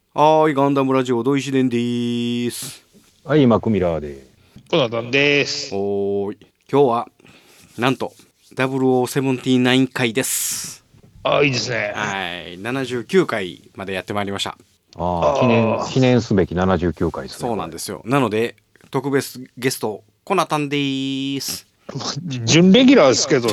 はい、ガンダムラジオ土井紫伝でーす。 はい、マクミラーで。 コナタンです。 おーい、今日はなんと0079回です。 ああ、いいですね。 はい、79回までやってまいりました。 記念すべき79回ですね。 そうなんですよ。なので特別ゲストコナタンでーす。 準レギュラーですけど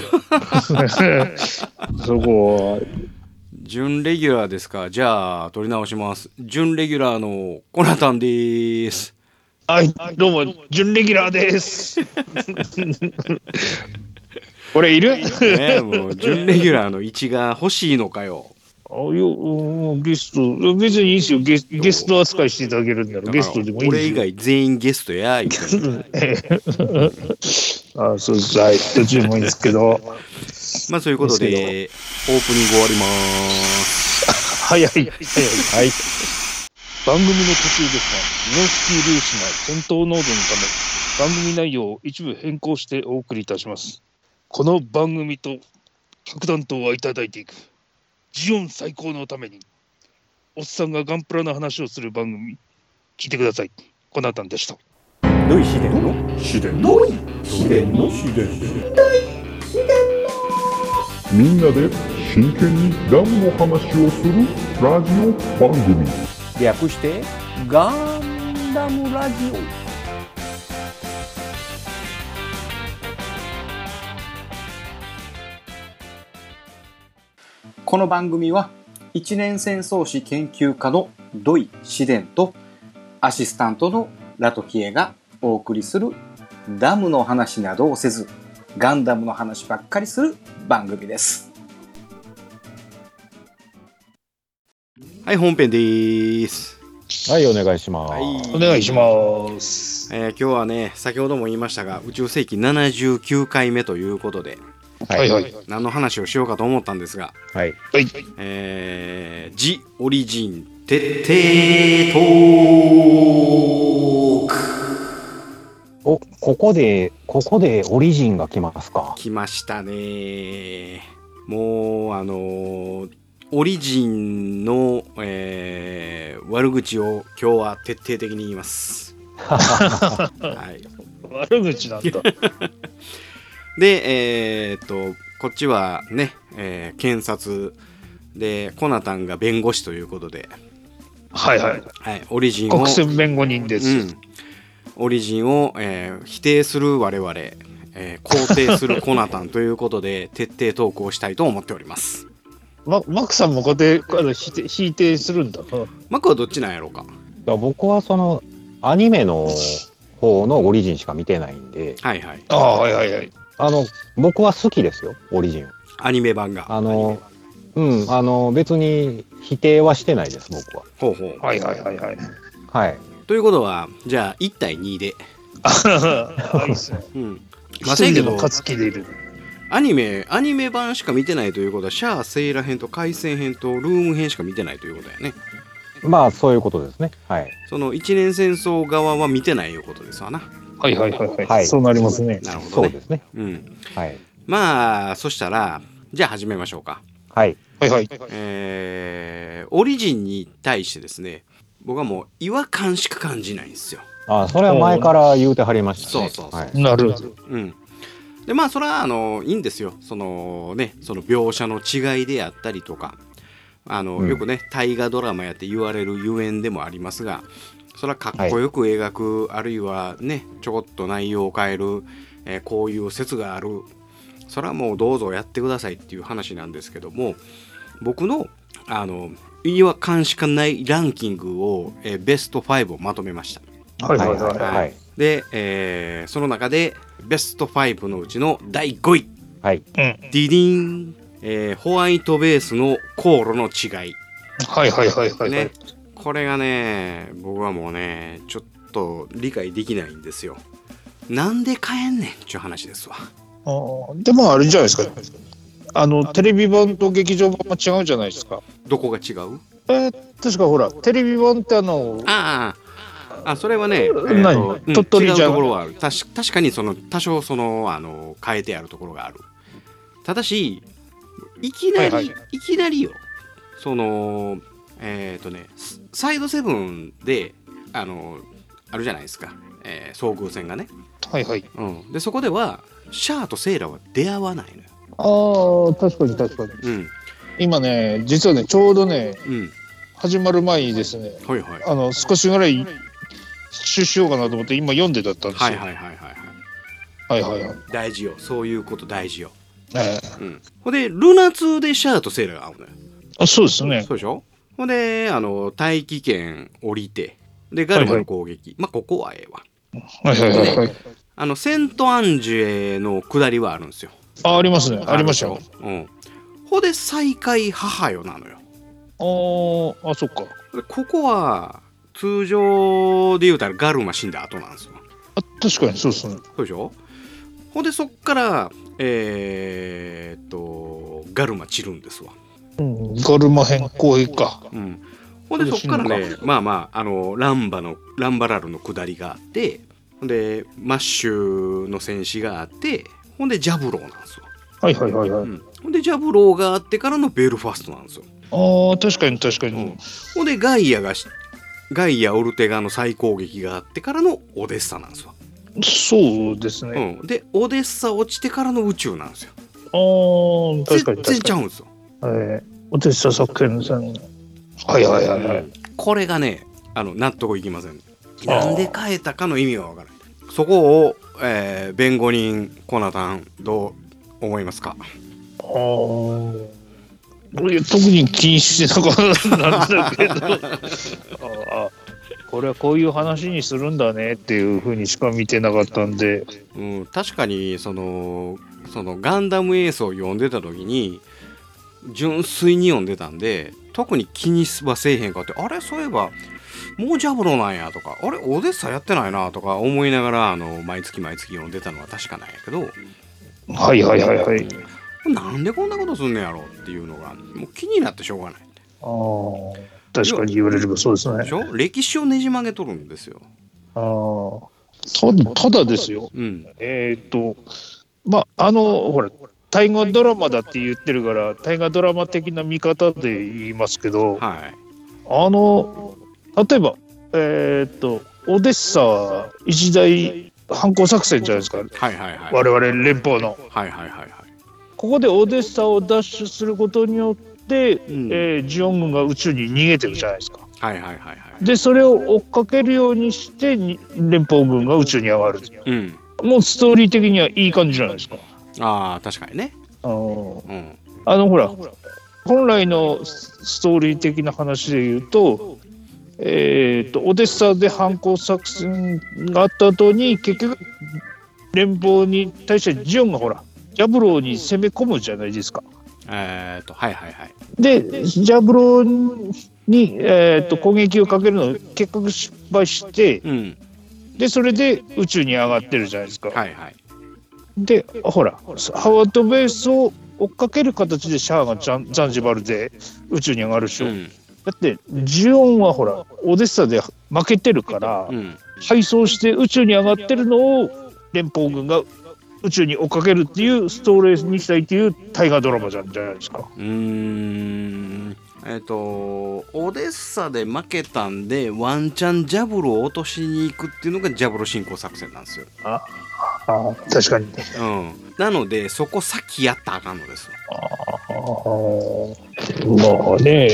そこは準レギュラーですか。じゃあ取り直します。準レギュラーのコナタンでーす。 はい、どうも準レギュラーですこれいるもう準レギュラーの位置が欲しいのかよ。 ゲスト別にいいですよ。ゲスト扱いしていただけるんならゲストでもいいですよ。 俺以外全員ゲストや言うてあ、そうです。はい、どっちでもいいですけど。 まあそういうことでオープニング終わります。 早い。 はい。 番組の途中ですが、ミノスキー粒子が戦闘濃度のため、番組内容を一部変更してお送りいたします。この番組と核弾頭はいただいていく。ジオン最高のために、おっさんがガンプラの話をする番組、聞いてください。コナタンでした。 土井紫伝のみんなで真剣にダムの話をするラジオ番組。 略してガンダムラジオ。 この番組は一年戦争史研究家の土井紫伝とアシスタントのラトキエがお送りするダムの話などをせずガンダムの話ばっかりする番組です。 はい、本編でーす。 はい、お願いします。 はい、 お願いします。 今日はね、先ほども言いましたが宇宙世紀79回目ということで、 はいはい。 何の話をしようかと思ったんですが、 はい。 はい。 ジ・オリジン徹底トーク。 お、ここでオリジンが来ますか。 来ましたね。もうオリジンの、悪口を今日は徹底的に言います。はい、 悪口なんだ。 で、こっちはね、検察でコナタンが弁護士ということで、 はいはい。 はい、オリジンを国選弁護人です。 オリジンを、否定する我々、肯定するコナタンということで徹底トークをしたいと思っております。 マクさんもこうやって否定するんだ。 マクはどっちなんやろうか。 僕はそのアニメの方のオリジンしか見てないんで、 はいはい。 ああ、はいはいはい。 僕は好きですよ、オリジン。 アニメ版が。 別に否定はしてないです、僕は。 ほうほう。 はいはいはいはい。 はい。 ということはじゃあ1対2で。 いいっすね。 まあ、せんけど勝つ気でいる。 アニメ版しか見てないということはシャア・セイラ編と海戦編とルーム編しか見てないということやね。 まあそういうことですね。はい。 その一年戦争側は見てないいうことですわな。 はいはいはいはい。 はい、 そうなりますね。 なるほどね。 そうですね。はい。 まあそしたらじゃあ始めましょうか。 はい。 はいはい。 オリジンに対してですね、僕はもう違和感しか感じないんですよ。 それは前から言うてはりましたね。 そう、 はい、 なるほど。 でまあそれはいいんですよ。その描写の違いであったりとか、よくね大河ドラマやって言われるゆえんでもありますが、それはかっこよく描く、あるいはねちょこっと内容を変える、こういう説がある、それはもうどうぞやってくださいっていう話なんですけども、僕の違和感しかないランキングを、ベスト5をまとめました。 はいはいはいはい。 で、その中でベスト5のうちの第5位、 はい、 ディディン、ホワイトベースの航路の違い。 はいはいはいはい。 ね、これがね僕はもうねちょっと理解できないんですよ。なんで変えんねんっていう話ですわ。 でもあれじゃないですか。テレビ版と劇場版も違うじゃないですか。 どこが違う？ 確かほらテレビ版ってそれはね、 鳥取じゃん。 違うところはある。確かに多少変えてあるところがある。ただしいきなりよ、 サイドセブンであるじゃないですか、遭遇戦がね、 はいはい。 でそこではシャアとセイラは出会わないのよ。 ああ、確かに確かに。 うん今ね、実はね、ちょうどね、 うん始まる前にですね、 はいはい少しぐらい復習しようかなと思って今読んでだったんですよ。 はいはいはいはいはいはいはいはい。 大事よ、そういうこと大事よ。 えほんでルナ2でシャアとセイラが会うのよ。 そうですね。 そうでしょ。ほんで大気圏降りて、でガルマの攻撃、まあここはええわ。 はいはいはいはい。 セントアンジュエの下りはあるんですよ。 ありますね。ありましたよ。 ほんで再会母よなのよ。 そっか。 でここは通常で言うたらガルマ死んだ後なんですよ。 確かにそうですね。 そうでしょ。ほんでそっからガルマ散るんですわ。 ガルマ編攻撃か。 ほんでそっからね、まあまあランバラルの下りがあって、ほんでマッシュの戦士があって、ほんでジャブローなんですよ。 はいはいはいはい。 ほんでジャブローがあってからのベルファストなんですよ。 確かに確かに。 ほんでガイアオルテガの再攻撃があってからのオデッサなんですよ。 そうですね。 でオデッサ落ちてからの宇宙なんですよ。 確かに全然ちゃうんですよ。 オデッサ作戦さん。はいはいはいはい。 これがね納得いきません。なんで変えたかの意味はわからない。そこを、弁護人コナタンどう思いますか？ 俺特に気にしてなかったんだけどこれはこういう話にするんだねっていうふうにしか見てなかったんで、 確かにそのガンダムエースを読んでた時に純粋に読んでたんで特に気にはせえへんかって、あれそういえばもうジャブロなんやとか、あれオデッサやってないなとか思いながら毎月読んでたのは確かなんやけど、 はいはいはいはい。 なんでこんなことすんねやろっていうのがもう気になってしょうがない。 確かに言われればそうですね。 でしょ。歴史をねじ曲げとるんですよ。 ただですよ。まあほら大河ドラマだって言ってるから大河ドラマ的な見方で言いますけど、例えばオデッサは一大反抗作戦じゃないですか。我々連邦の。ここでオデッサを奪取することによって、ジオン軍が宇宙に逃げてるじゃないですか。でそれを追っかけるようにして連邦軍が宇宙に上がる。もうストーリー的にはいい感じじゃないですか。 確かにね。 ほら本来のストーリー的な話で言うと、オデッサで反抗作戦があった後に結局連邦に対してジオンがほらジャブローに攻め込むじゃないですか。でジャブローに、攻撃をかけるのを結局失敗して、でそれで宇宙に上がってるじゃないですか。でほらハワードベースを追っかける形でシャアがザンジバルで宇宙に上がるでしょ。だってジオンはほらオデッサで負けてるから、敗走して宇宙に上がってるのを連邦軍が宇宙に追っかけるっていうストーリーにしたいっていう大河ドラマじゃないですか。 オデッサで負けたんでワンチャンジャブロを落としに行くっていうのがジャブロ侵攻作戦なんですよ。 確かに。 なのでそこ先やったらあかんのです。 まあね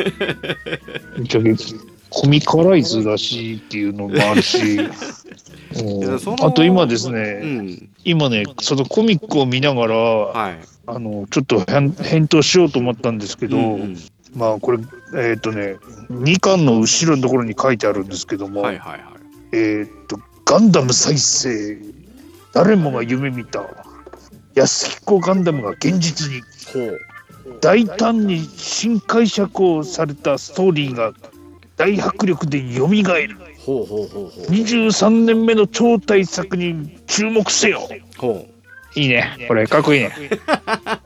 コミカライズだしっていうのもあるしあと今ですね、今ねそのコミックを見ながら、ちょっと返答しようと思ったんですけど、まあこれ2巻の後ろのところに書いてあるんですけども、ガンダム再生誰もが夢見た安彦ガンダムが現実に、大胆に新解釈をされたストーリーが大迫力でよみがえる。23年目の超大作に注目せよ。いいね、これかっこいいね。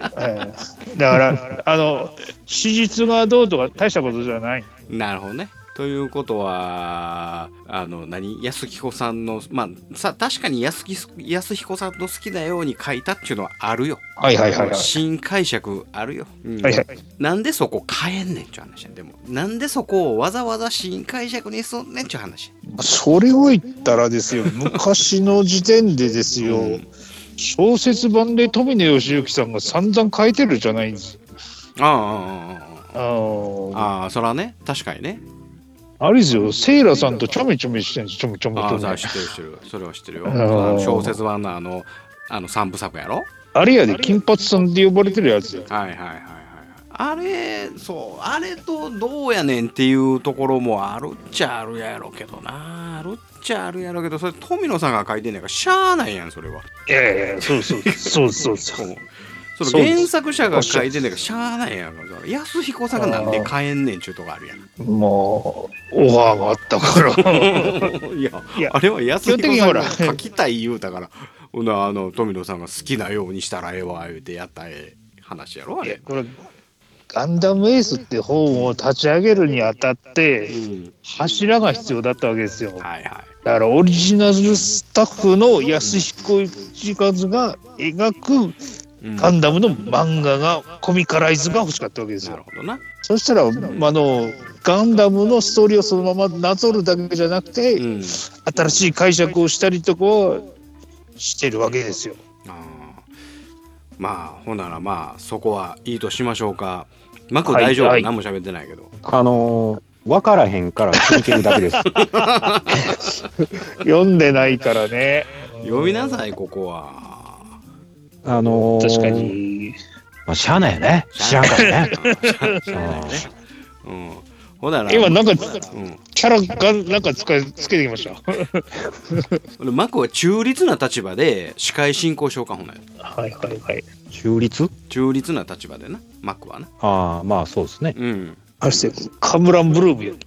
だから史実がどうとか大したことじゃない。 なるほどね。 ということは安彦さんの確かに安彦さんの好きなように書いたっていうのはあるよ。 はいはいはいはい。 新解釈あるよ、 はいはい。 なんでそこ変えんねんっちゅう話や。でもなんでそこをわざわざ新解釈にすんねんっちゅう話。 それを言ったらですよ、昔の時点でですよ、小説版で富野義行さんが散々書いてるじゃないんです。 そらね、確かにね。 あれですよ、セイラさんとちょめちょめしてるんです、ちょめちょめと、ね。 知ってる。それは知ってるよ。小説版の三部作やろ。 あれやで、金髪さんで呼ばれてるやつよ。 はい。あれとどうやねんっていうところもあるっちゃあるやろけどな。それ富野さんが書いてんねんからしゃあないやん、それは。 いや、そう。 その原作者が書いてんねんからしゃあないやん。安彦さんがなんで変えんねんちゅうとこあるやん。 もうオファーがあったからいやあれは安彦さんが書きたい言うたから富野さんが好きなようにしたらええわ言うてやった話やろあれ。 これガンダムエースって本を立ち上げるにあたって、柱が必要だったわけですよ。 はい。 だからオリジナルスタッフの安彦一和が描くガンダムの漫画がコミカライズが欲しかったわけですよ。 なるほどな。 そしたらガンダムのストーリーをそのままなぞるだけじゃなくて、新しい解釈をしたりとかしてるわけですよ。 ほんならそこはいいとしましょうか。マク大丈夫、何も喋ってないけど。 分からへんから聞いてるだけです。 読んでないからね。 読みなさい、ここは。 確かに。 しゃあないよね。知らんからね。 ほんなら今なんか、キャラがなんかつけてきました。 マクは中立な立場で司会進行しようか、ほんなら。 はい。 中立な立場でな、マクはな。 まあそうですね。 あれしてカムランブルームや。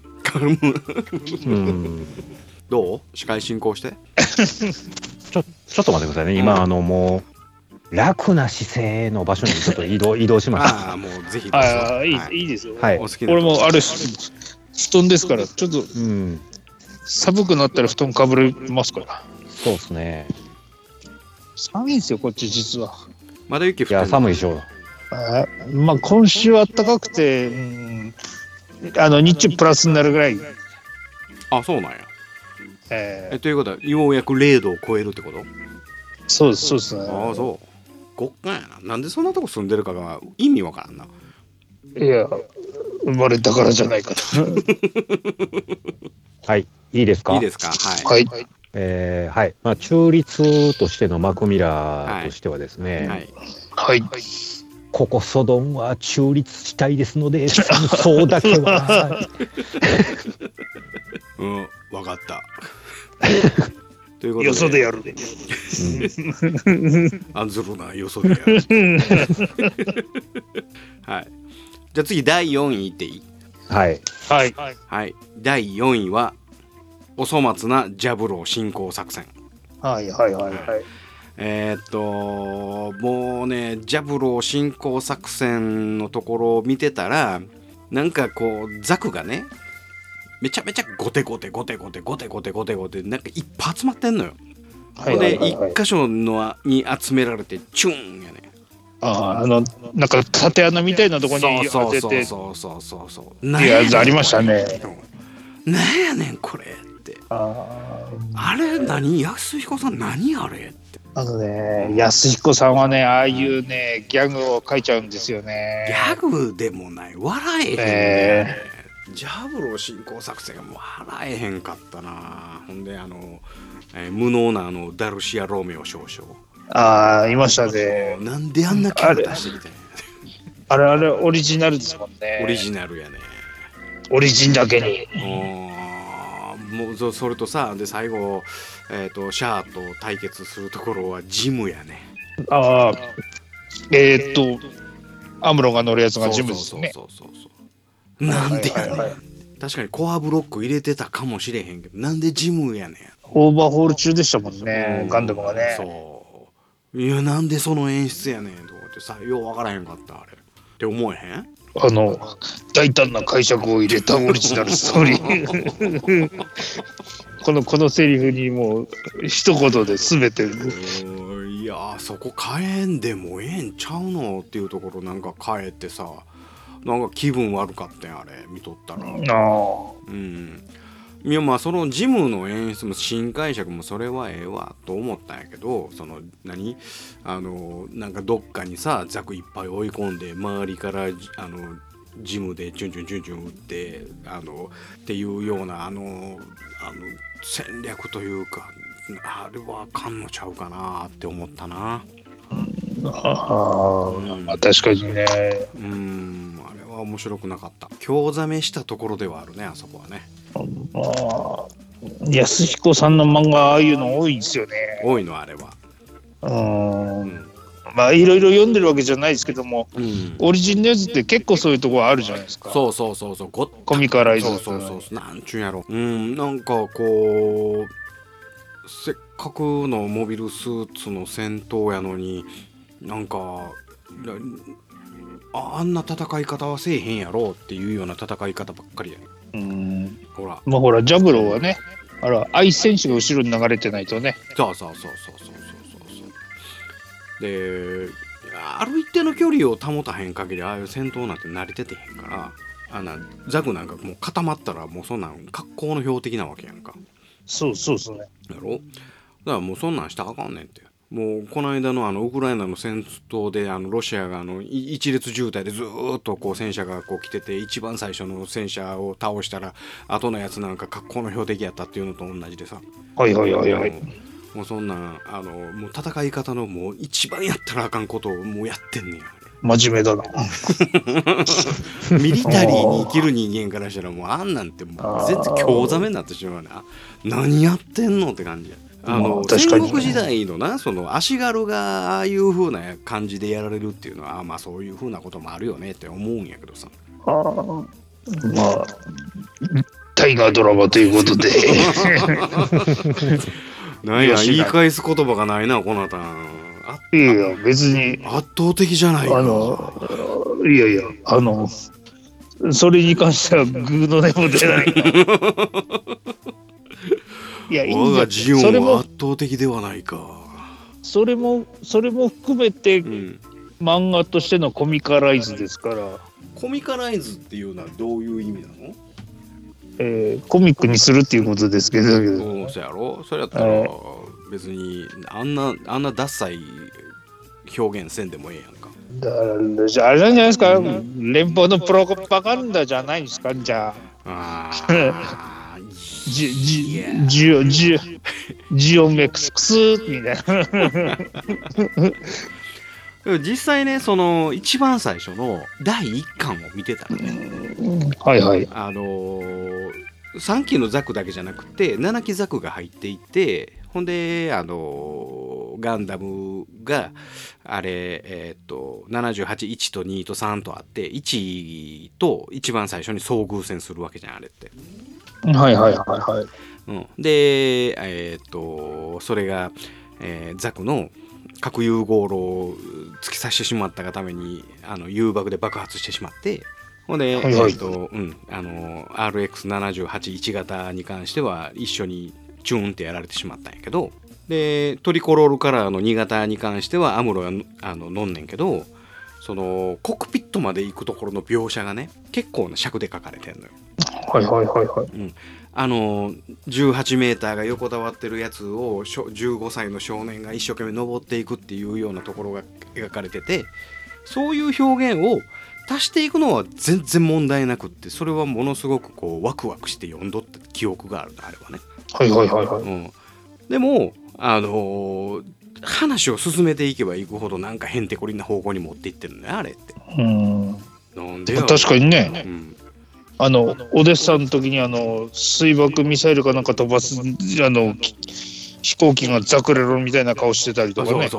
どう？司会進行して。 ちょっと待ってくださいね。今もう楽な姿勢の場所にちょっと移動しました。 もうぜひ。 いいですよ。 はい。 俺もあれ布団ですからちょっと寒くなったら布団かぶれますから。 そうですね。 寒いんですよこっち実は。 まだ雪降ってる。 いや寒いでしょう。 今週は暖かくて、日中プラスになるぐらい。 そうなんや。ということはようやく0度を超えるってこと？ そうですね。 そう。極寒やな。なんでそんなとこ住んでるかが意味わからんな。 いや、生まれたからじゃないかな。 はい、いいですか？ いいですか？ はい。 はい。中立としてのマクミラーとしてはですね。 はい。 ここソドンは中立したいですので、戦争だけは。 わかった。ということで。 よそでやるで。 案ずるな、よそでやる。はい。じゃあ次、第4位いっていい？ はい。 第4位は、お粗末なジャブロー進行作戦。 はい。 もうね、ジャブロー進行作戦のところを見てたら、なんかこう、ザクがね、めちゃめちゃゴテゴテなんかいっぱい集まってんのよ。で、一箇所に集められて、チューンやね。 なんか縦穴みたいなところに当てて。 そう。 いや、ありましたね。 なんやねん、これって。あれ、安彦さん、何あれって。 安彦さんはね、ああいうね、ギャグを書いちゃうんですよね。 ギャグでもない、笑えへんね。ジャブロー進行作戦が笑えへんかったな。ほんで無能なダルシア・ロメオ少々。 いましたね。 なんであんなキャラ出してきてんあれオリジナルですもんね。 オリジナルやね。 オリジンだけに。 もうそれとさ、で最後シャアと対決するところはジムやね。 アムロが乗るやつがジムですね。 そうなんでやねん。確かにコアブロック入れてたかもしれへんけど、なんでジムやねん。 オーバーホール中でしたもんね、ガンダムがね。 いや、なんでその演出やねんとかってさ、よう分からへんかったあれって思えへん？ 大胆な解釈を入れたオリジナルストーリー。このセリフにもう一言で全て。 いやそこ変えんでもええんちゃうのっていうところなんか変えてさ、なんか気分悪かったんあれ見とったら。いやまあそのジムの演出も新解釈もそれはええわと思ったんやけど、そのなんかどっかにさザクいっぱい追い込んで周りからジムでチュンチュンチュンチュン打ってっていうような戦略というか、あれはあかんのちゃうかなって思ったな。 確かにね。 あれは面白くなかった。興ざめしたところではあるね、あそこはね。 安彦さんの漫画ああいうの多いですよね。 多いのあれは。 まあいろいろ読んでるわけじゃないですけども、オリジンのやつって結構そういうところあるじゃないですか。 そうコミカライズ。 そうなんちゅうんやろ。なんかこうせっかくのモビルスーツの戦闘やのになんかあんな戦い方はせえへんやろっていうような戦い方ばっかりや。 ほらジャブローはね、愛選手が後ろに流れてないとね。 そうである一定の距離を保たへん限りああいう戦闘なんて慣れててへんから、ザクなんかもう固まったらもうそんなん格好の標的なわけやんか。 そうですね。 やろ。だからもうそんなんしたらあかんねんって。もうこの間のウクライナの戦闘でロシアが一列渋滞でずーっとこう戦車がこう来てて、一番最初の戦車を倒したら後のやつなんか格好の標的やったっていうのと同じでさ。もうそんなんもう戦い方のもう一番やったらあかんことをもうやってんねん。 真面目だな。 ミリタリーに生きる人間からしたらもうあんなんてもう全然興ざめになってしまうな。何やってんのって感じや。戦国時代のなその足軽がああいう風な感じでやられるっていうのはまあそういう風なこともあるよねって思うんやけどさ。 まあ大河ドラマということで。 なんや言い返す言葉がないなこのたん。 いや別に圧倒的じゃないか。 いやそれに関してはグーの音も出ない。いやいいん我がジオンは圧倒的ではないか。 それも含めて、漫画としてのコミカライズですから。 コミカライズっていうのはどういう意味なの？ コミックにするっていうことですけど。 そうやろ。それやったら別にあんなダッサい表現せんでもええやんか。 じゃああれなんじゃないですか、連邦のプロパガンダじゃないんですか。じゃあジオメクスクスみたいな。 実際ねその一番最初の第1巻を見てたらね、3期のザクだけじゃなくて7期ザクが入っていて、ほんでガンダムがあれ781と2と3とあって1と一番最初に遭遇戦するわけじゃんあれって。でそれが、ザクの核融合炉を突き刺してしまったがために誘爆で爆発してしまって、ほんで、RX781 型に関しては一緒にチューンってやられてしまったんやけど、でトリコロールカラーの2型に関してはアムロが乗んねんけど、そのコックピットまで行くところの描写がね結構な尺で書かれてんのよ。18メーターが横たわってるやつを15歳の少年が一生懸命登っていくっていうようなところが描かれてて、そういう表現を足していくのは全然問題なくって、それはものすごくこうワクワクして読んどった記憶があるのあれはね。でも話を進めていけばいくほどなんかへんてこりんな方向に持っていってるねあれって。なんで確かにね、オデッサの時に水爆ミサイルかなんか飛ばす飛行機がザクレロみたいな顔してたりとかね。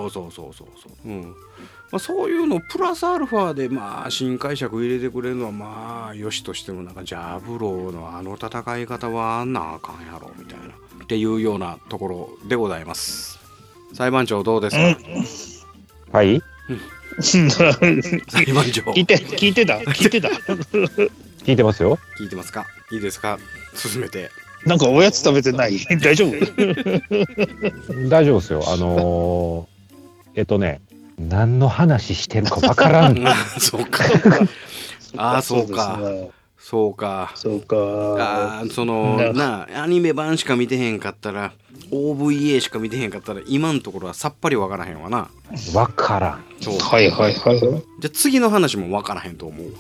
そういうのプラスアルファで新解釈入れてくれるのはよしとしても、なんかジャブローの戦い方はあんなあかんやろみたいなっていうようなところでございます。裁判長どうですか？ はい。 裁判所。 聞いてた聞いてますよ。 聞いてますか？いいですか？進めて。 なんかおやつ食べてない大丈夫？ 大丈夫ですよ。何の話してるかわからん。 そうか。ああ、そうか。そうか。 そうか。 アニメ版しか見てへんかったら、OVA しか見てへんかったら、今のところはさっぱりわからへんわな。 わからん。 そう。 はいはいはい。 じゃあ次の話もわからへんと思うわ。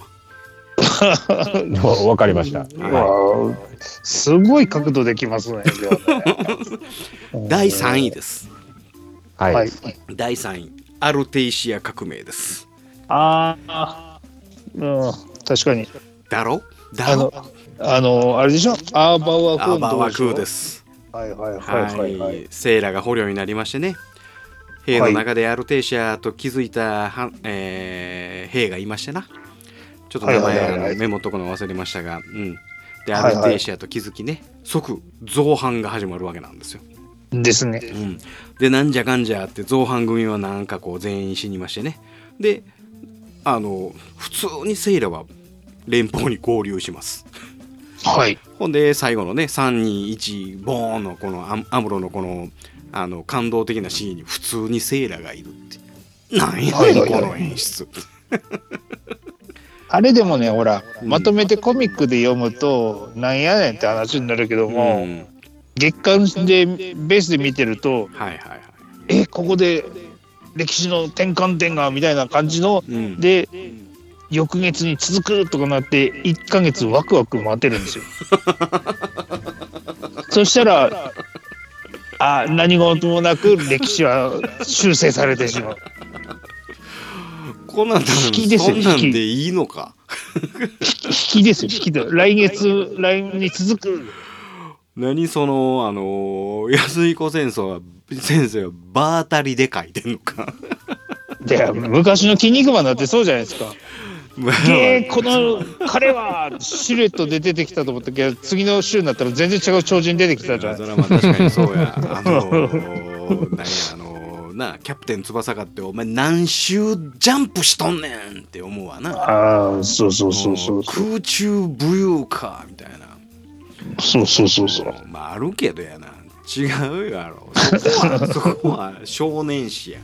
わかりました。 わすごい角度できますね。 第3位です。 はい。 はい。 第3位、アルテイシア革命です。 ああ、確かに。 だろあれでしょ、アーバーワクーン。 アーバーワクーです。 はいはいはいはい。 セイラが捕虜になりましてね、兵の中でアルテイシアと気づいた、兵がいましてな。ちょっと名前メモっとくの忘れましたが、でアルテイシアと気づきね、即造反が始まるわけなんですよ。 ですね。 でなんじゃかんじゃって造反組はなんかこう全員死にましてね。で普通にセイラは連邦に合流します。 はい。 ほんで最後のね321ボーンのこのアムロのこの感動的なシーンに普通にセイラがいるってなんやねんこの演出。 あれでもね、ほら、まとめてコミックで読むとなんやねんって話になるけども、月刊でベースで見てると、ここで歴史の転換点がみたいな感じの、で翌月に続くとかなって1ヶ月ワクワク待てるんですよ。そしたら何事もなく歴史は修正されてしまう。 こんなんそんなんでいいのか。 引きですよ、引きで。来に続く。 何その安井子先生は場当たりで書いてんのか。 で昔の筋肉マンだってそうじゃないですか。この彼はシルエットで出てきたと思ったけど、次の週になったら全然違う超人出てきたじゃん。 それはまあ確かにそうや。キャプテン翼がってお前何周ジャンプしとんねんって思うわな。 そう空中武勇かみたいな。 そうまああるけどやな、違うやろ。そこは少年誌や。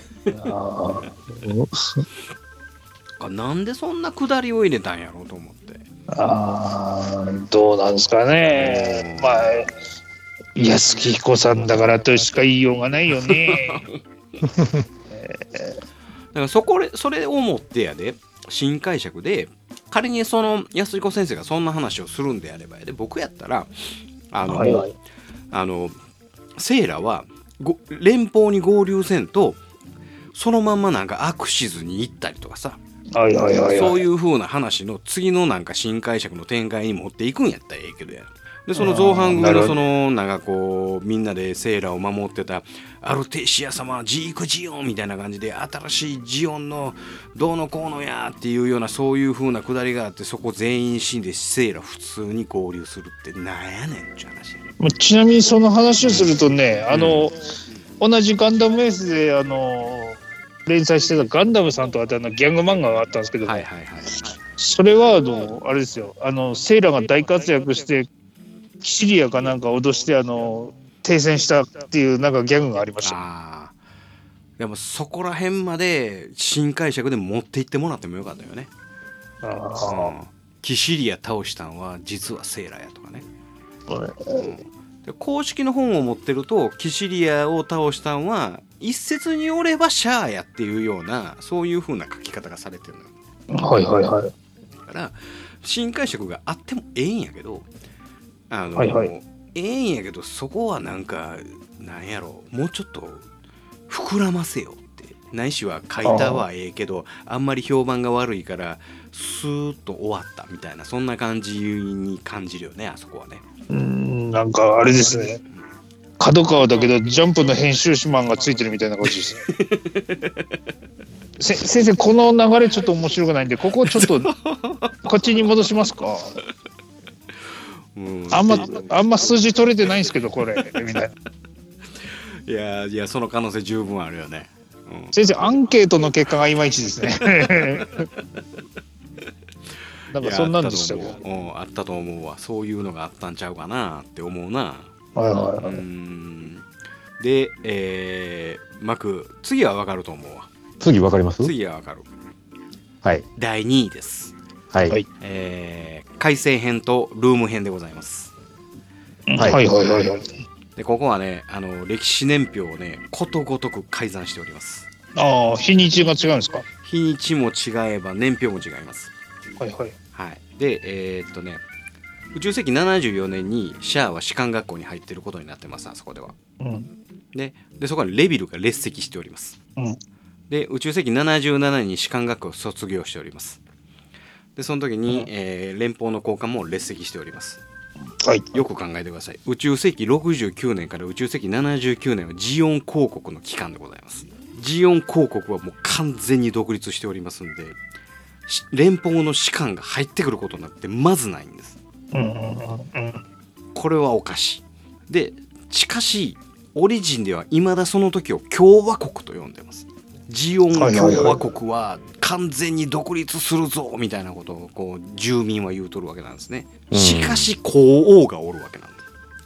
なんでそんなくだりを入れたんやろうと思って。 どうなんですかね。まあ安木彦さんだからとしか言いようがないよね。 だからそれをもってやで、新解釈で仮にその安彦先生がそんな話をするんであればやで、僕やったらセイラは連邦に合流せんとそのまんまなんかアクシズに行ったりとかさ、そういう風な話の次のなんか新解釈の展開に持っていくんやったらええけどや。でその造反組のそのなんかこうみんなでセイラを守ってたアルテイシア様ジークジオンみたいな感じで、新しいジオンのどうのこうのやっていうようなそういう風なくだりがあって、そこ全員死んでセイラ普通に合流するってなんやねんって話やね。 ちなみにその話をするとね、同じガンダムエースで連載してたガンダムさんとギャング漫画があったんですけど、それはあれですよ、セイラが大活躍してキシリアかなんか脅して停戦したっていうなんかギャグがありました。 でもそこら辺まで新解釈で持っていってもらってもよかったよね。キシリア倒したんは実はセイラやとかね。で公式の本を持ってるとキシリアを倒したんは一説によればシャアやっていうようなそういう風な書き方がされてるのよ。だから新解釈があってもええんやけど、ええんやけどそこはなんかなんやろ、もうちょっと膨らませよって。ないしは書いたはええけどあんまり評判が悪いからスーッと終わったみたいな、そんな感じに感じるよね、あそこはね。 なんかあれですね、角川だけどジャンプの編集マンがついてるみたいな感じですね。先生この流れちょっと面白くないんで、ここちょっとこっちに戻しますか。あんま数字取れてないんですけどこれみたいな。 いやその可能性十分あるよね。 先生、アンケートの結果がいまいちですね。なんかそんなんでしたよ。 あったと思うわ。そういうのがあったんちゃうかなって思うな。 はいはいはい。 で、マク、次はわかると思うわ。 次わかります？ 次はわかる。 はい。 第2位です。 はい。 はい改正編とルーム編でございます。 はいはいはいはい。 でここはね、歴史年表をね、ことごとく改ざんしております。 ああ、日にちが違うんですか？ 日にちも違えば年表も違います。 はいはい。 はい。で、宇宙世紀74年にシャアは士官学校に入っていることになってます、あそこでは。でそこにレビルが列席しております。で、宇宙世紀77年に士官学校を卒業しております。で、その時に、連邦の高官も列席しております。 はい。 よく考えてください。宇宙世紀69年から宇宙世紀79年はジオン公国の期間でございます。ジオン公国はもう完全に独立しておりますんで、連邦の士官が入ってくることになってまずないんです。これはおかしい。で、しかしオリジンでは未だその時を共和国と呼んでます。ジオン共和国は完全に独立するぞみたいなことをこう住民は言うとるわけなんですね。しかし皇王がおるわけなんです。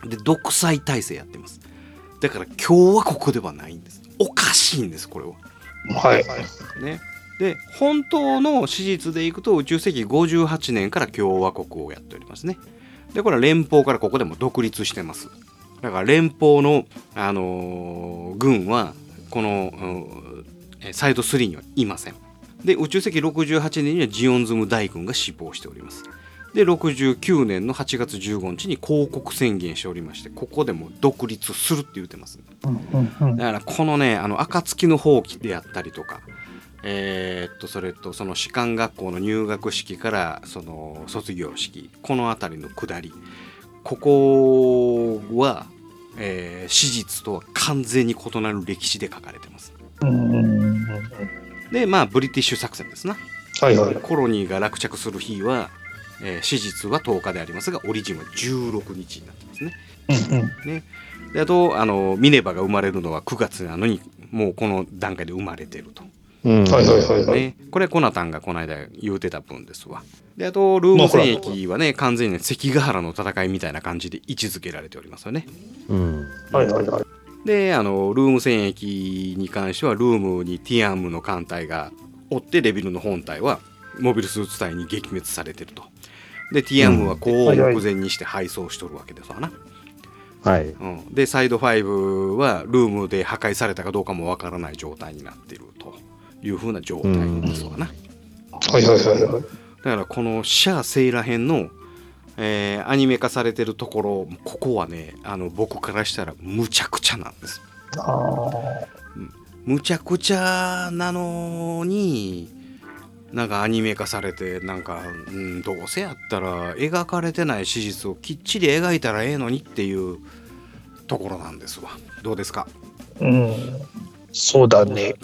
で、独裁体制やってます。だから共和国ではないんです。おかしいんです、これは。 はい。 ね。で、本当の史実でいくと宇宙世紀58年から共和国をやっておりますね。で、これは連邦からここでも独立してます。だから連邦の、軍はこの、サイド3にはいません。で、宇宙世紀68年にはジオンズム大軍が死亡しております。で、69年の8月15日に公国宣言しておりまして、ここでも独立するって言ってます。だからこのね、暁の放棄であったりとか、それとその士官学校の入学式からその卒業式、この辺りの下り、ここは、史実とは完全に異なる歴史で書かれてます。で、まあブリティッシュ作戦ですな。 はいはい。 コロニーが落着する日は、史実は10日でありますが、オリジンは16日になってますね。ね。で、あとミネバが生まれるのは9月なのに、もうこの段階で生まれてると。 はいはいはいはい。 ね、これコナタンがこの間言うてた分ですわ。で、あとルーム戦役はね、完全にね、関ヶ原の戦いみたいな感じで位置づけられておりますよね。 はいはいはい。 で、ルーム戦役に関してはルームにティアムの艦隊がおって、レビルの本体はモビルスーツ隊に撃滅されてると。で、ティアムはこう目前にして敗走しとるわけですわな。 はい。 で、サイド5はルームで破壊されたかどうかもわからない状態になっているという風な状態ですわな。 はいはいはいはい。 だからこのシャア・セイラ編の、アニメ化されてるところ、ここはね、僕からしたらむちゃくちゃなんです。むちゃくちゃなのに、なんかアニメ化されて、なんか、どうせやったら描かれてない史実をきっちり描いたらええのにっていうところなんですわ。どうですか？ そうだね。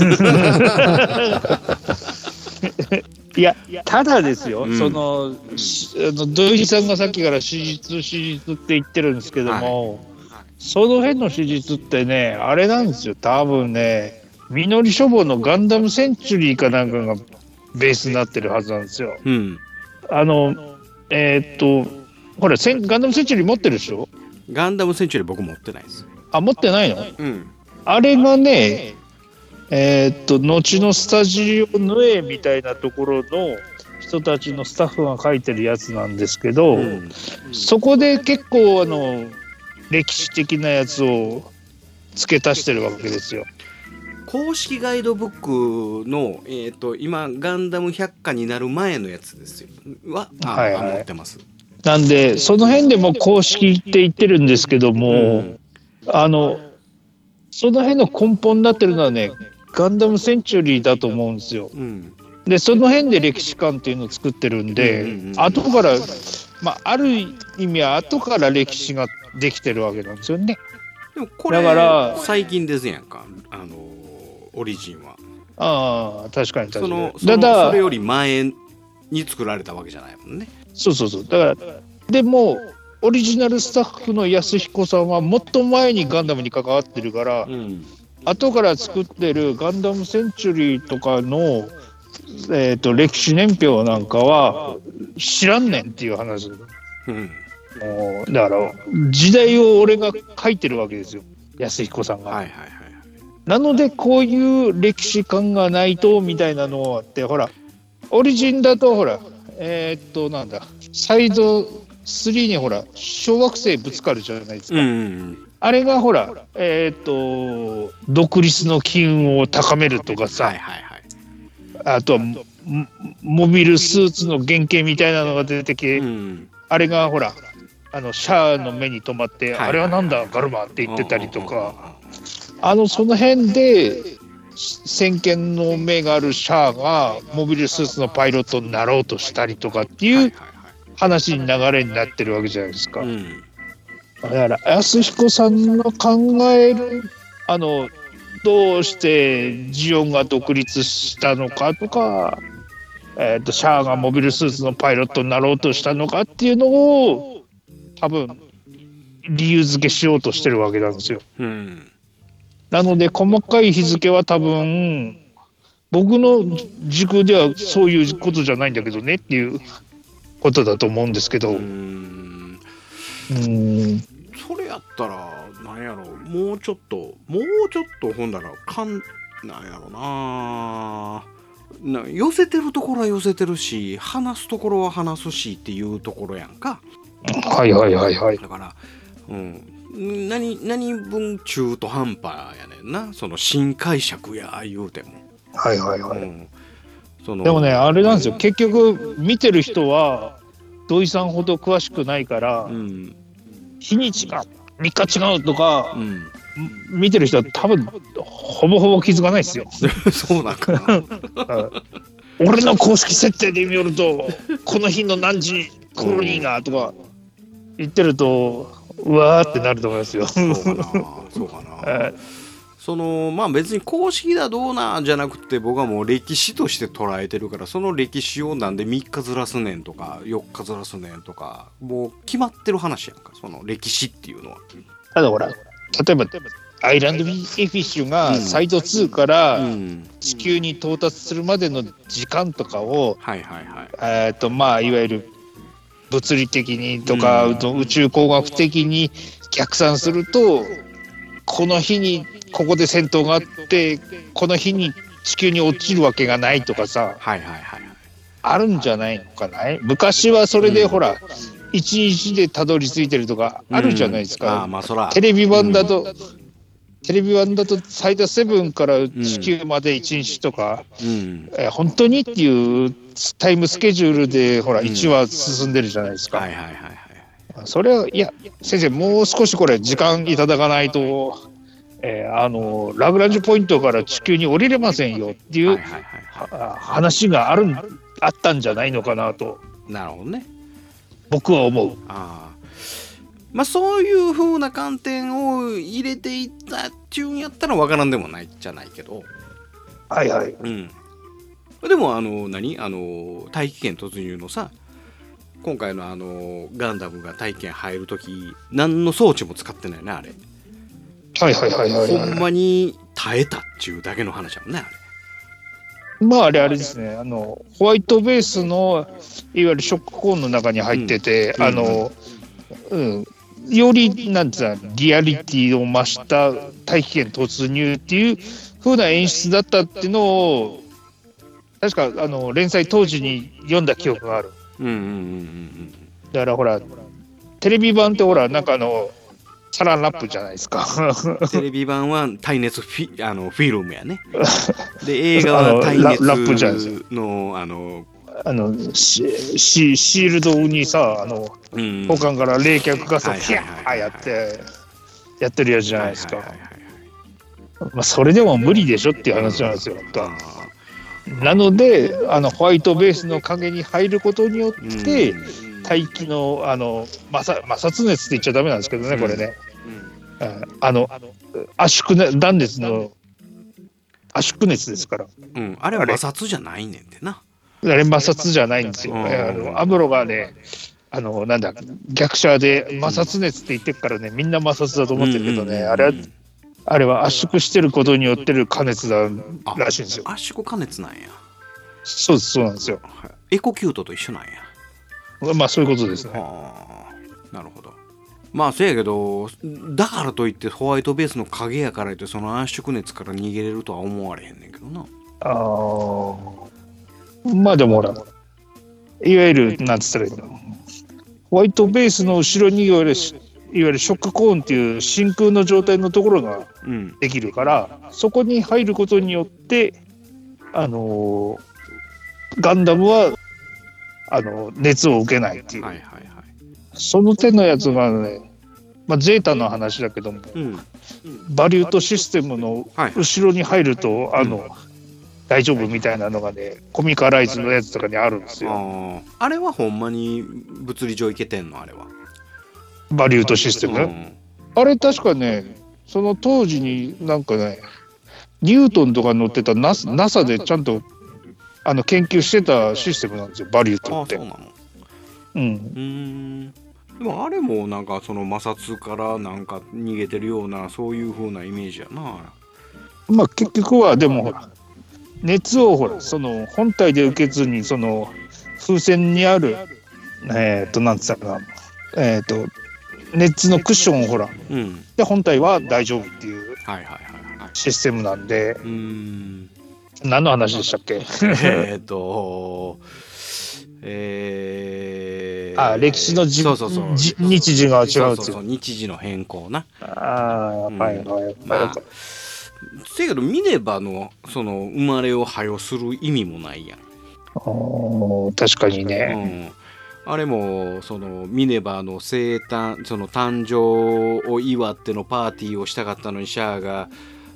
いや、ただですよ、その土井さんがさっきから史実って言ってるんですけども、その辺の史実ってね、あれなんですよ、多分ね、みのり書房のガンダムセンチュリーかなんかがベースになってるはずなんですよ。ほら、ガンダムセンチュリー持ってるでしょ？ ガンダムセンチュリー僕持ってないです。 あ、持ってないの？あれがね、後のスタジオヌエみたいなところの人たちのスタッフが書いてるやつなんですけど、そこで結構歴史的なやつを付け足してるわけですよ。 公式ガイドブックの、今ガンダム百科になる前のやつですよは、持ってます。 なんでその辺でも公式って言ってるんですけども、その辺の根本になってるのはね、ガンダムセンチュリーだと思うんですよ。で、その辺で歴史観っていうのを作ってるんで、後から、ある意味は後から歴史ができてるわけなんですよね。 でもこれだから最近ですやんか、オリジンは。 確かに確かに。 それより前に作られたわけじゃないもんね。 そう。だからでもオリジナルスタッフの安彦さんはもっと前にガンダムに関わってるから、 後から作ってるガンダムセンチュリーとかの、歴史年表なんかは知らんねんっていう話。だから時代を俺が書いてるわけですよ、安彦さんが。なのでこういう歴史観がないとみたいなのってほらオリジンだとほらなんだサイド3にほら小惑星ぶつかるじゃないですか、あれがほら独立の機運を高めるとかさ、あとはモビルスーツの原型みたいなのが出てきて、あれがほらシャアの目に留まって、あれはなんだガルマって言ってたりとか、その辺で先見の目があるシャアがモビルスーツのパイロットになろうとしたりとかっていう話に流れになってるわけじゃないですか。だから安彦さんの考えるどうしてジオンが独立したのかとか、シャアがモビルスーツのパイロットになろうとしたのかっていうのを多分理由付けしようとしてるわけなんですよ。なので細かい日付は多分僕の軸ではそういうことじゃないんだけどねっていうことだと思うんですけど、 それやったらなんやろ、もうちょっとほんだらなんやろな、寄せてるところは寄せてるし話すところは話すしっていうところやんか。だから、何分中途半端やねんな、その新解釈や言うても。 でもねあれなんですよ、結局見てる人は土井さんほど詳しくないから、日にちが3日違うとか、見てる人は多分ほぼほぼ気づかないですよ。 そうなんかな。 俺の公式設定で見よるとこの日の何時にコロニーがとか言ってるとうわーってなると思いますよ。 そうかな。まあ別に公式だどうなじゃなくて、僕はもう歴史として捉えてるから、その歴史をなんで3日ずらすねんとか4日ずらすねんとかもう決まってる話やんか、その歴史っていうのは。 ただほら例えばアイランド・ビーフィッシュがサイド2から地球に到達するまでの時間とかをまあいわゆる物理的にとか、宇宙工学的に逆算すると、この日にここで戦闘があってこの日に地球に落ちるわけがないとかさ、あるんじゃないのかな。昔はそれでほら、1日でたどり着いてるとかあるじゃないですか。テレビ版だとサイド7から地球まで1日とか、本当にっていうタイムスケジュールでほら1話進んでるじゃないですか。それはいや先生もう少しこれ時間いただかないと、ラグランジュポイントから地球に降りれませんよっていう話があったんじゃないのかなと。 なるほどね、 僕は思う。 まあそういう風な観点を入れていったっていうんやったら分からんでもないじゃないけど、でも大気圏突入のさ、今回のガンダムが大気圏入るとき何の装置も使ってないなあれ。ほんまに耐えたっていうだけの話だもんねあれ。 まああれですね、ホワイトベースのいわゆるショックコーンの中に入ってて、よりなんていうかリアリティを増した大気圏突入っていう風な演出だったっていうのを確か連載当時に読んだ記憶がある。だからほらテレビ版ってほらなんかサランラップじゃないですか。 テレビ版は耐熱フィルムやね。で映画は耐熱ラップじゃないですか。シールドにさ保管から冷却ガスをヒャーやってるやつじゃないですか。まあそれでも無理でしょっていう話なんですよ。なのでホワイトベースの影に入ることによって大気の摩擦熱って言っちゃダメなんですけどね、これね、断熱の圧縮熱ですから、 あれは摩擦じゃないねんてな。 あれ摩擦じゃないんですよ。アムロがねなんだ逆車で摩擦熱って言ってるからね、みんな摩擦だと思ってるけどね、あれあれは圧縮してることによってる加熱だらしいんですよ。 圧縮加熱なんや。 そうです、そうなんですよ。 エコキュートと一緒なんや。 まあそういうことですね。 なるほど。まあそうやけど、だからといってホワイトベースの影やから言ってその圧縮熱から逃げれるとは思われへんねんけどな。 まあでもほら、いわゆるなんつったらいいの、ホワイトベースの後ろにいわゆるショックコーンっていう真空の状態のところができるから、そこに入ることによってガンダムは熱を受けないっていう、その手のやつがね、まあ、ゼータの話だけども、バリュートシステムの後ろに入ると、大丈夫みたいなのがね、コミカライズのやつとかにあるんですよ。 あれはほんまに物理上いけてんの？あれはバリュートシステム、あれ確かね、その当時になんかね、ニュートンとか乗ってた NASA でちゃんと研究してたシステムなんですよ、バリュートって。 そうなの？でもあれもなんかその摩擦からなんか逃げてるようなそういう風なイメージやな。 まあ結局はでもほら、熱をほらその本体で受けずにその風船にあるなんつったかな、熱のクッションをほら、で本体は大丈夫っていうシステムなんで、何の話でしたっけ？歴史の日時が違うっていう。 日時の変更な。せやけどミネバのその生まれを早よする意味もないやん。 確かにね。 あれもそのミネバの生誕、その誕生を祝ってのパーティーをしたかったのにシャアが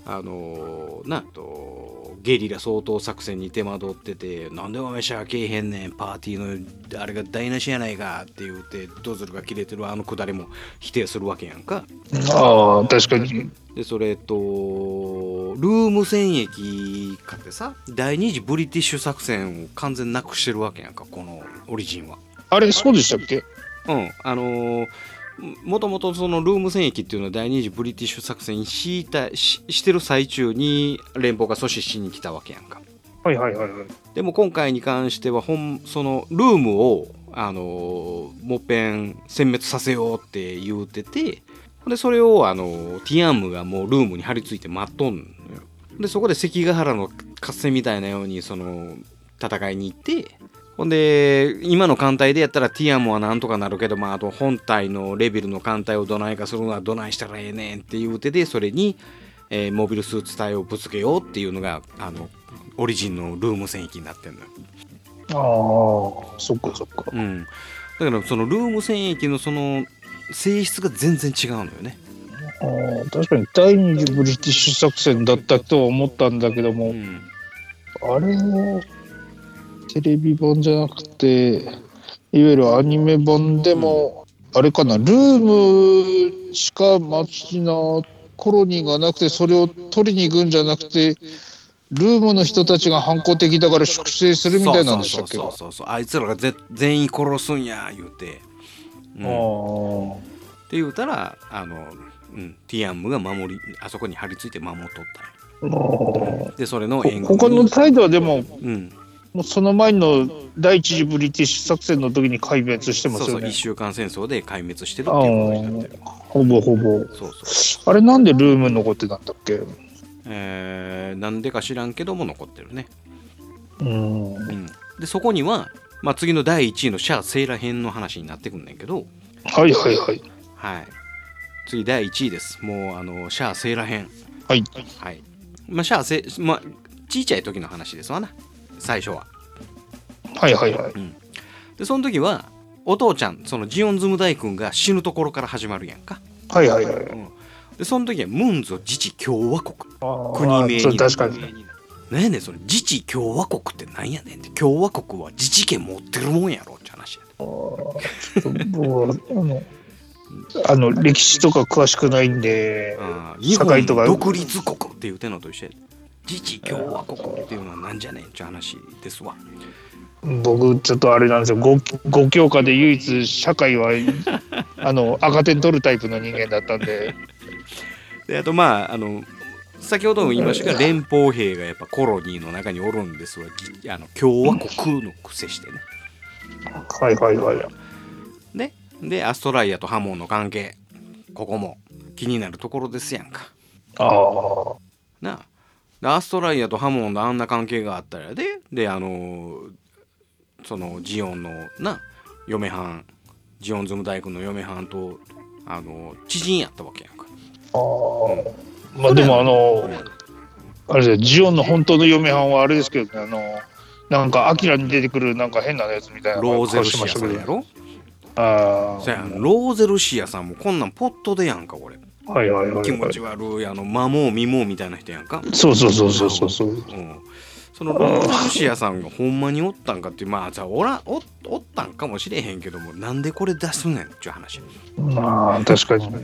ゲリラ掃討作戦に手間取ってて、なんでお前シャアけえへんねん、パーティーのあれが台無しやないかって言ってドズルが切れてるくだりも否定するわけやんか。 確かに。 でそれとルーム戦役かってさ、第二次ブリティッシュ作戦を完全なくしてるわけやんか、このオリジンは。 あれそうでしたっけ？ もともとそのルーム戦役っていうのは第二次ブリティッシュ作戦してる最中に連邦が阻止しに来たわけやんか。でも今回に関してはそのルームをもっぺん殲滅させようって言うてて、でそれをティアンムがもうルームに張り付いて待っとんのよ。でそこで関ヶ原の合戦みたいなようにその戦いに行って、ほんで今の艦隊でやったらティアンムはなんとかなるけど、あと本体のレベルの艦隊をどないかするのはどないしたらええねんっていうてで、それに、モビルスーツ隊をぶつけようっていうのがオリジンのルーム戦役になってんのよ。 そっかそっか。 だからそのルーム戦役のその性質が全然違うのよね。 確かに第二次ブリティッシュ作戦だったとは思ったんだけども、あれテレビ版じゃなくていわゆるアニメ版でも、あれかな、ルームしか町のコロニーがなくてそれを取りに行くんじゃなくて、ルームの人たちが反抗的だから粛清するみたいなんでしたっけ？ そうあいつらが全員殺すんや言うて、って言うたらティアンムがあそこに張り付いて守っとったんや。でそれの援護他のサイドはでも、もうその前の第一次ブリティッシュ作戦の時に壊滅してますよね。 1週間戦争で壊滅してるっていうことになってる。 ほぼあれなんでルーム残ってたんだっけ？ なんでか知らんけども残ってるね。でそこには、次の第1位のシャアセーラ編の話になってくんねんけど、次第1位です。もうシャアセーラ編。シャアちいちゃい時の話ですわな、最初は。でその時はお父ちゃん、そのジオンズム大君が死ぬところから始まるやんか。でその時はムンゾ自治共和国国名になる。 確かに。 ねえねえ、それ自治共和国ってなんやねんって。共和国は自治権持ってるもんやろって話やで。歴史とか詳しくないんで、 日本独立国っていうてのと一緒で、自治共和国っていうのはなんじゃねんって話ですわ。 僕ちょっとあれなんですよ、5教科で唯一社会は赤点取るタイプの人間だったんで。 であとまあ先ほども言いましたが連邦兵がやっぱコロニーの中におるんですわ。共和国の癖してね。 はいはいはい。 でアストライアとハモンの関係、ここも気になるところですやんか。 ああ。 なあ、でアストライアとハモンのあんな関係があったらでそのジオンのな嫁はん、ジオンズム大君の嫁はんと知人やったわけやんか。 ああ。まあでもあれでジオンの本当の嫁はんはあれですけどね、なんかアキラに出てくるなんか変なやつみたいなローゼルシアさんやろ。 ああ。 そうやん、ローゼルシアさんもこんなんポットでやんかこれ。 はいはいはい、はい。 気持ち悪いマモーミモーみたいな人やんか。 そうそうそうそうそう。 そのローゼルシアさんがほんまにおったんかってまあじゃあおったんかもしれへんけども、なんでこれ出すねんっていう話。 まあ確かに。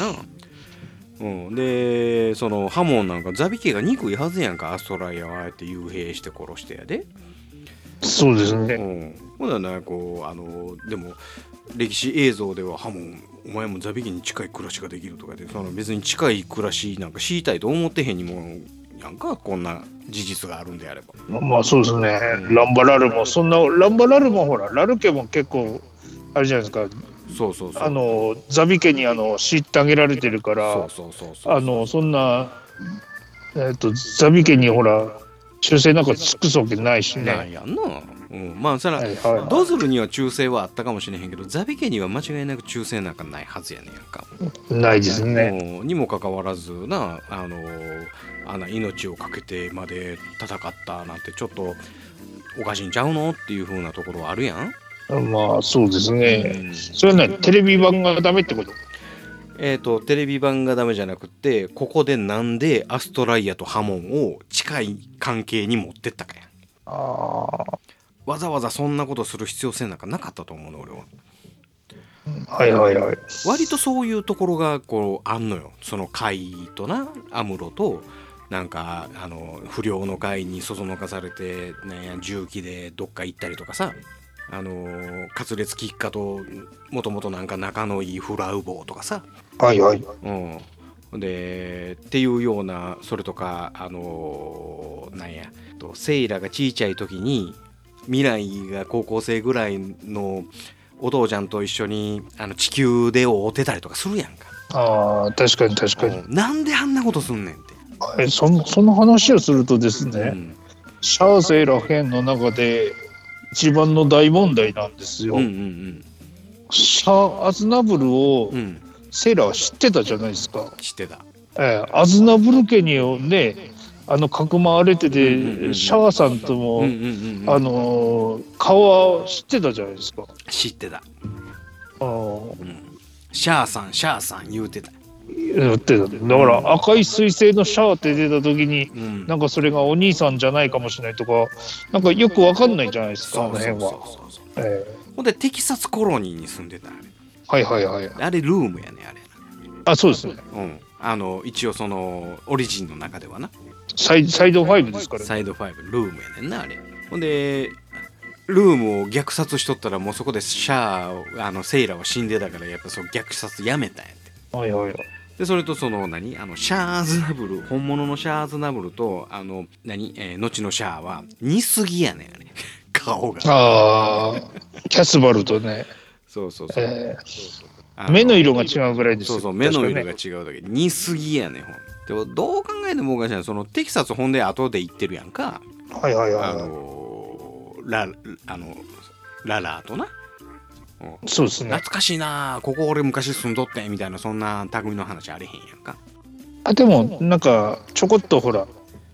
でそのハモンなんかザビ家が憎いはずやんか。アストライアはあえて幽閉して殺してやで。 そうですね。 ほんならねでも歴史映像ではハモンお前もザビ家に近い暮らしができるとかで、別に近い暮らしなんか知りたいと思ってへんにもやんか、こんな事実があるんであれば。 まあそうですね。ランバラルもそんなランバラルもほらラル家も結構あれじゃないですか。 そうザビ家に虐げられてるからそんなザビ家にほら忠誠なんか尽くすわけないしね。 ないやんな。まあそら、ドズルには忠誠はあったかもしれへんけどザビ家には間違いなく忠誠なんかないはずやねんやんか。 ないですね。 にもかかわらずな命を懸けてまで戦ったなんてちょっとおかしいんちゃうのっていう風なところはあるやん。 まあそうですね。それはねテレビ版がダメってこと？ テレビ版がダメじゃなくて、ここでなんでアストライアとハモンを近い関係に持ってったかや。わざわざそんなことする必要性なんかなかったと思うの俺は。 はいはいはい。 割とそういうところがこうあんのよ。そのカイとなアムロとなんか不良の会にそそのかされて、ね、重機でどっか行ったりとかさ、カツレツ吉花ともともとなんか仲のいいフラウボーとかさ、 はいはい、 でっていうような、それとかなんやとセイラがちいちゃい時に未来が高校生ぐらいのお父ちゃんと一緒に地球で会うてたりとかするやんか。 ああ確かに確かに。 なんであんなことすんねんって。 その話をするとですね、シャアセイラ編の中で一番の大問題なんですよ。シャア・アズナブルをセイラは知ってたじゃないですか。 知ってた。 アズナブル家にねかくまわれてて、シャアさんとも顔は知ってたじゃないですか。 知ってた。シャアさん言うてた。 だから赤い彗星のシャアって出た時に、なんかそれがお兄さんじゃないかもしれないとか、なんかよくわかんないじゃないですか。あの辺は。 ほんでテキサスコロニーに住んでた。 はいはいはい。 あれルームやねあれ。 あ、そうですね。 一応そのオリジンの中ではな。 サイド5ですからね。 サイド5ルームやねんなあれ。ほんでルームを虐殺しとったらもうそこでセイラは死んでたから、やっぱその虐殺やめたんやって。 はいはい。 でそれとそのシャアズナブル、本物のシャアズナブルと後のシャアは似すぎやねんあれ顔が。 キャスバルとね。 そう、 目の色が違うぐらいですよ。 そう目の色が違うだけ似すぎやねん。でもどう考えてもおかしいな。そのテキサスほんで後で行ってるやんか。 はいはいはい。 ララーとな。 そうですね。 懐かしいな、ここ俺昔住んどってみたいな、そんな類の話あれへんやんか。 でもなんかちょこっとほら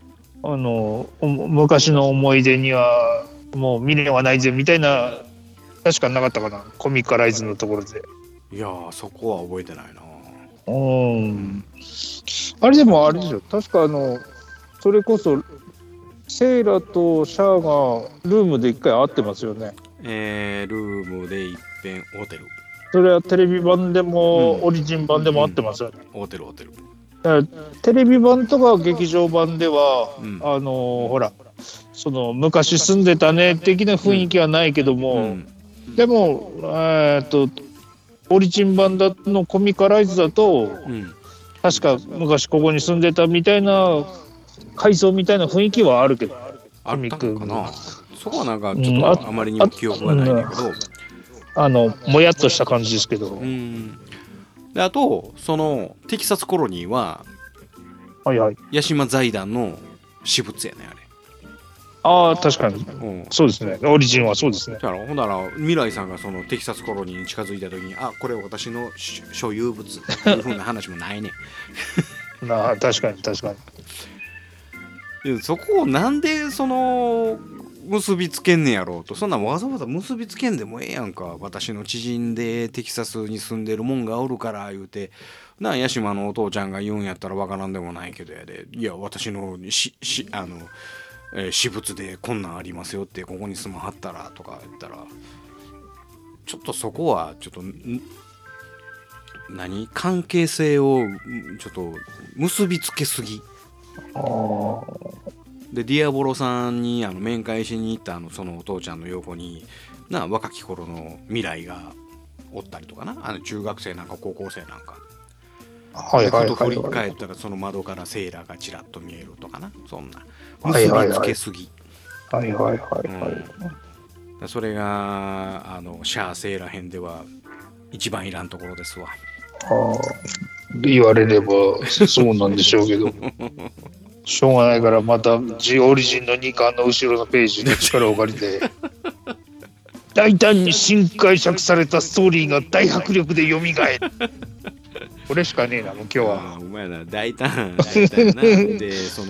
昔の思い出にはもう未練はないぜみたいな、確かなかったかな、コミカライズのところで。 いやーそこは覚えてないな。 あれでもあれですよ、確かそれこそセイラとシャアがルームで一回会ってますよね。 ルームで一遍ホテル。 それはテレビ版でも、オリジン版でも会ってますよね。 ホテル。 テレビ版とか劇場版では、ほらその昔住んでたね的な雰囲気はないけども、でもオリジン版のコミカライズだと、 確か昔ここに住んでたみたいな階層みたいな雰囲気はあるけど、 あったのかな。そこはなんかちょっとあまりにも記憶がないんだけど、 もやっとした感じですけど。 であとそのテキサスコロニーは、 はいはい。 八島財団の私物やねあれ。 ああ、確かに。そうですね。オリジンはそうですね。 だからほんなら未来さんがそのテキサスコロニーに近づいた時に、あ、これ私の所有物っていう風な話もないね。 確かに確かに。そこをなんでその結びつけんねやろうと。そんなんわざわざ結びつけんでもええやんか。私の知人でテキサスに住んでるもんがおるから言うて、なあ八島のお父ちゃんが言うんやったらわからんでもないけどやで、いや私の私物でこんなんありますよって、ここに住まはったらとか言ったら、ちょっとそこはちょっと関係性をちょっと結びつけすぎで、ディアボロさんに面会しに行ったそのお父ちゃんの横に若き頃の未来がおったりとかな、中学生なんか高校生なんか、ふと振り返ったらその窓からセーラーがちらっと見えるとかな、そんな結びつけすぎ。それがシャアセーラー編では一番いらんところですわ。 言われればそうなんでしょうけどしょうがないから、またジオリジンの2巻の後ろのページで力を借りて大胆に新解釈されたストーリーが大迫力で蘇る。これしかねえな、もう今日は。 お前な、大胆な。で、シ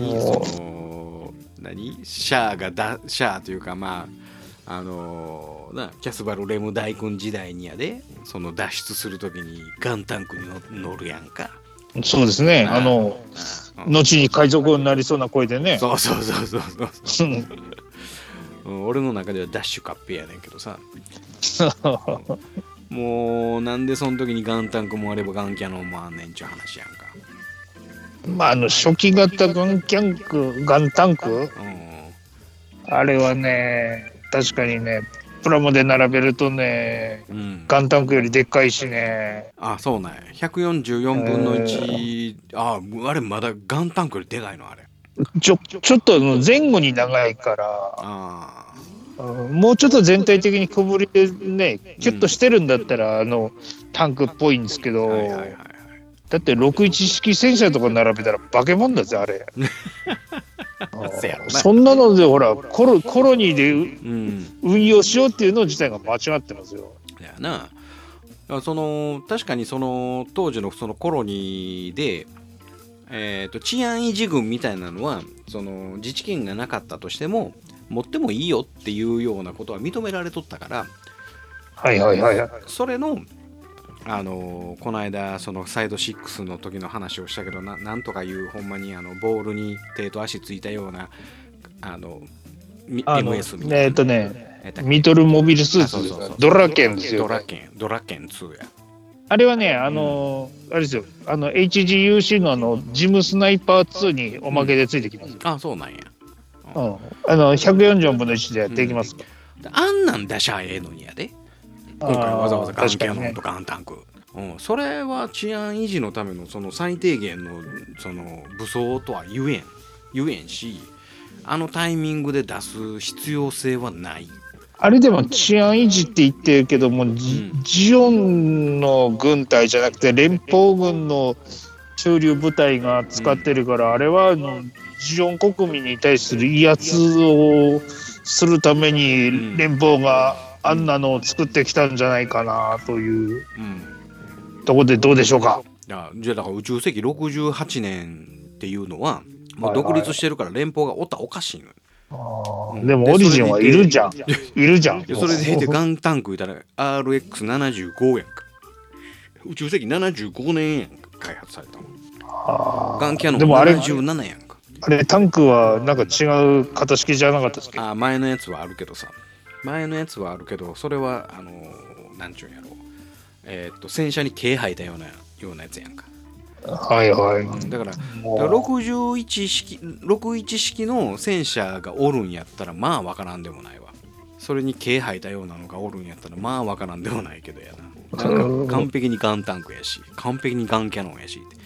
ャアというか、キャスバル・レム大君時代にやで、その脱出するときにガンタンクに乗るやんか。 そうですね。後に海賊になりそうな声でね。 そう。俺の中ではダッシュカッペやねんけどさ。もうなんでその時にガンタンクもあればガンキャノンもあんねんちゅう話やんか。 初期型ガンタンク、あれはね、確かにね、プラモで並べるとね、ガンタンクよりでっかいしね。 あ、そうなんや。144分の1、あれまだガンタンクよりでかいのあれ。 ちょっと前後に長いから、もうちょっと全体的に小ぶりでね、キュッとしてるんだったら、タンクっぽいんですけど、だって61式戦車とか並べたら化け物だぜあれ。そんなのでほらコロニーで、運用しようっていうの自体が間違ってますよ。 いやな、確かにその当時のそのコロニーで、治安維持軍みたいなのはその自治権がなかったとしても持ってもいいよっていうようなことは認められとったから、それのこの間そのサイド6の時の話をしたけど、なんとかいうほんまにボールに手と足ついたようなMS みたいなミドルモビルスーツ、ドラケンですよ。 ドラケン2や。 あれはね、あれですよ、HGUC のジムスナイパー2におまけでついてきます。 あ、そうなんや。 144分の1でやっていきます。 あんなん出しゃええのにやで。今回わざわざガンキャノンとガンタンク、それは治安維持のためのその最低限のその武装とは言えんし、タイミングで出す必要性はない。 あれでも治安維持って言ってるけども、ジオンの軍隊じゃなくて連邦軍の駐留部隊が使ってるから、あれはジオン国民に対する威圧をするために連邦があんなのを作ってきたんじゃないかなというところでどうでしょうか。 じゃあだから宇宙世紀68年っていうのはもう独立してるから連邦がおったらおかしいの。 でもオリジンはいるじゃん。いるじゃん。 それでガンタンク言ったら RX75 やんか。宇宙世紀75年やんか開発されたの。ガンキャノン77やんか。 あれタンクはなんか違う型式じゃなかったですか。 前のやつはあるけどさ。それはなんちゅうんやろ、戦車に毛生えたようなやつやんか。だから61式の戦車がおるんやったらまあわからんでもないわ。それに毛生えたようなのがおるんやったらまあわからんでもないけどやな。なんか完璧にガンタンクやし完璧にガンキャノンやしって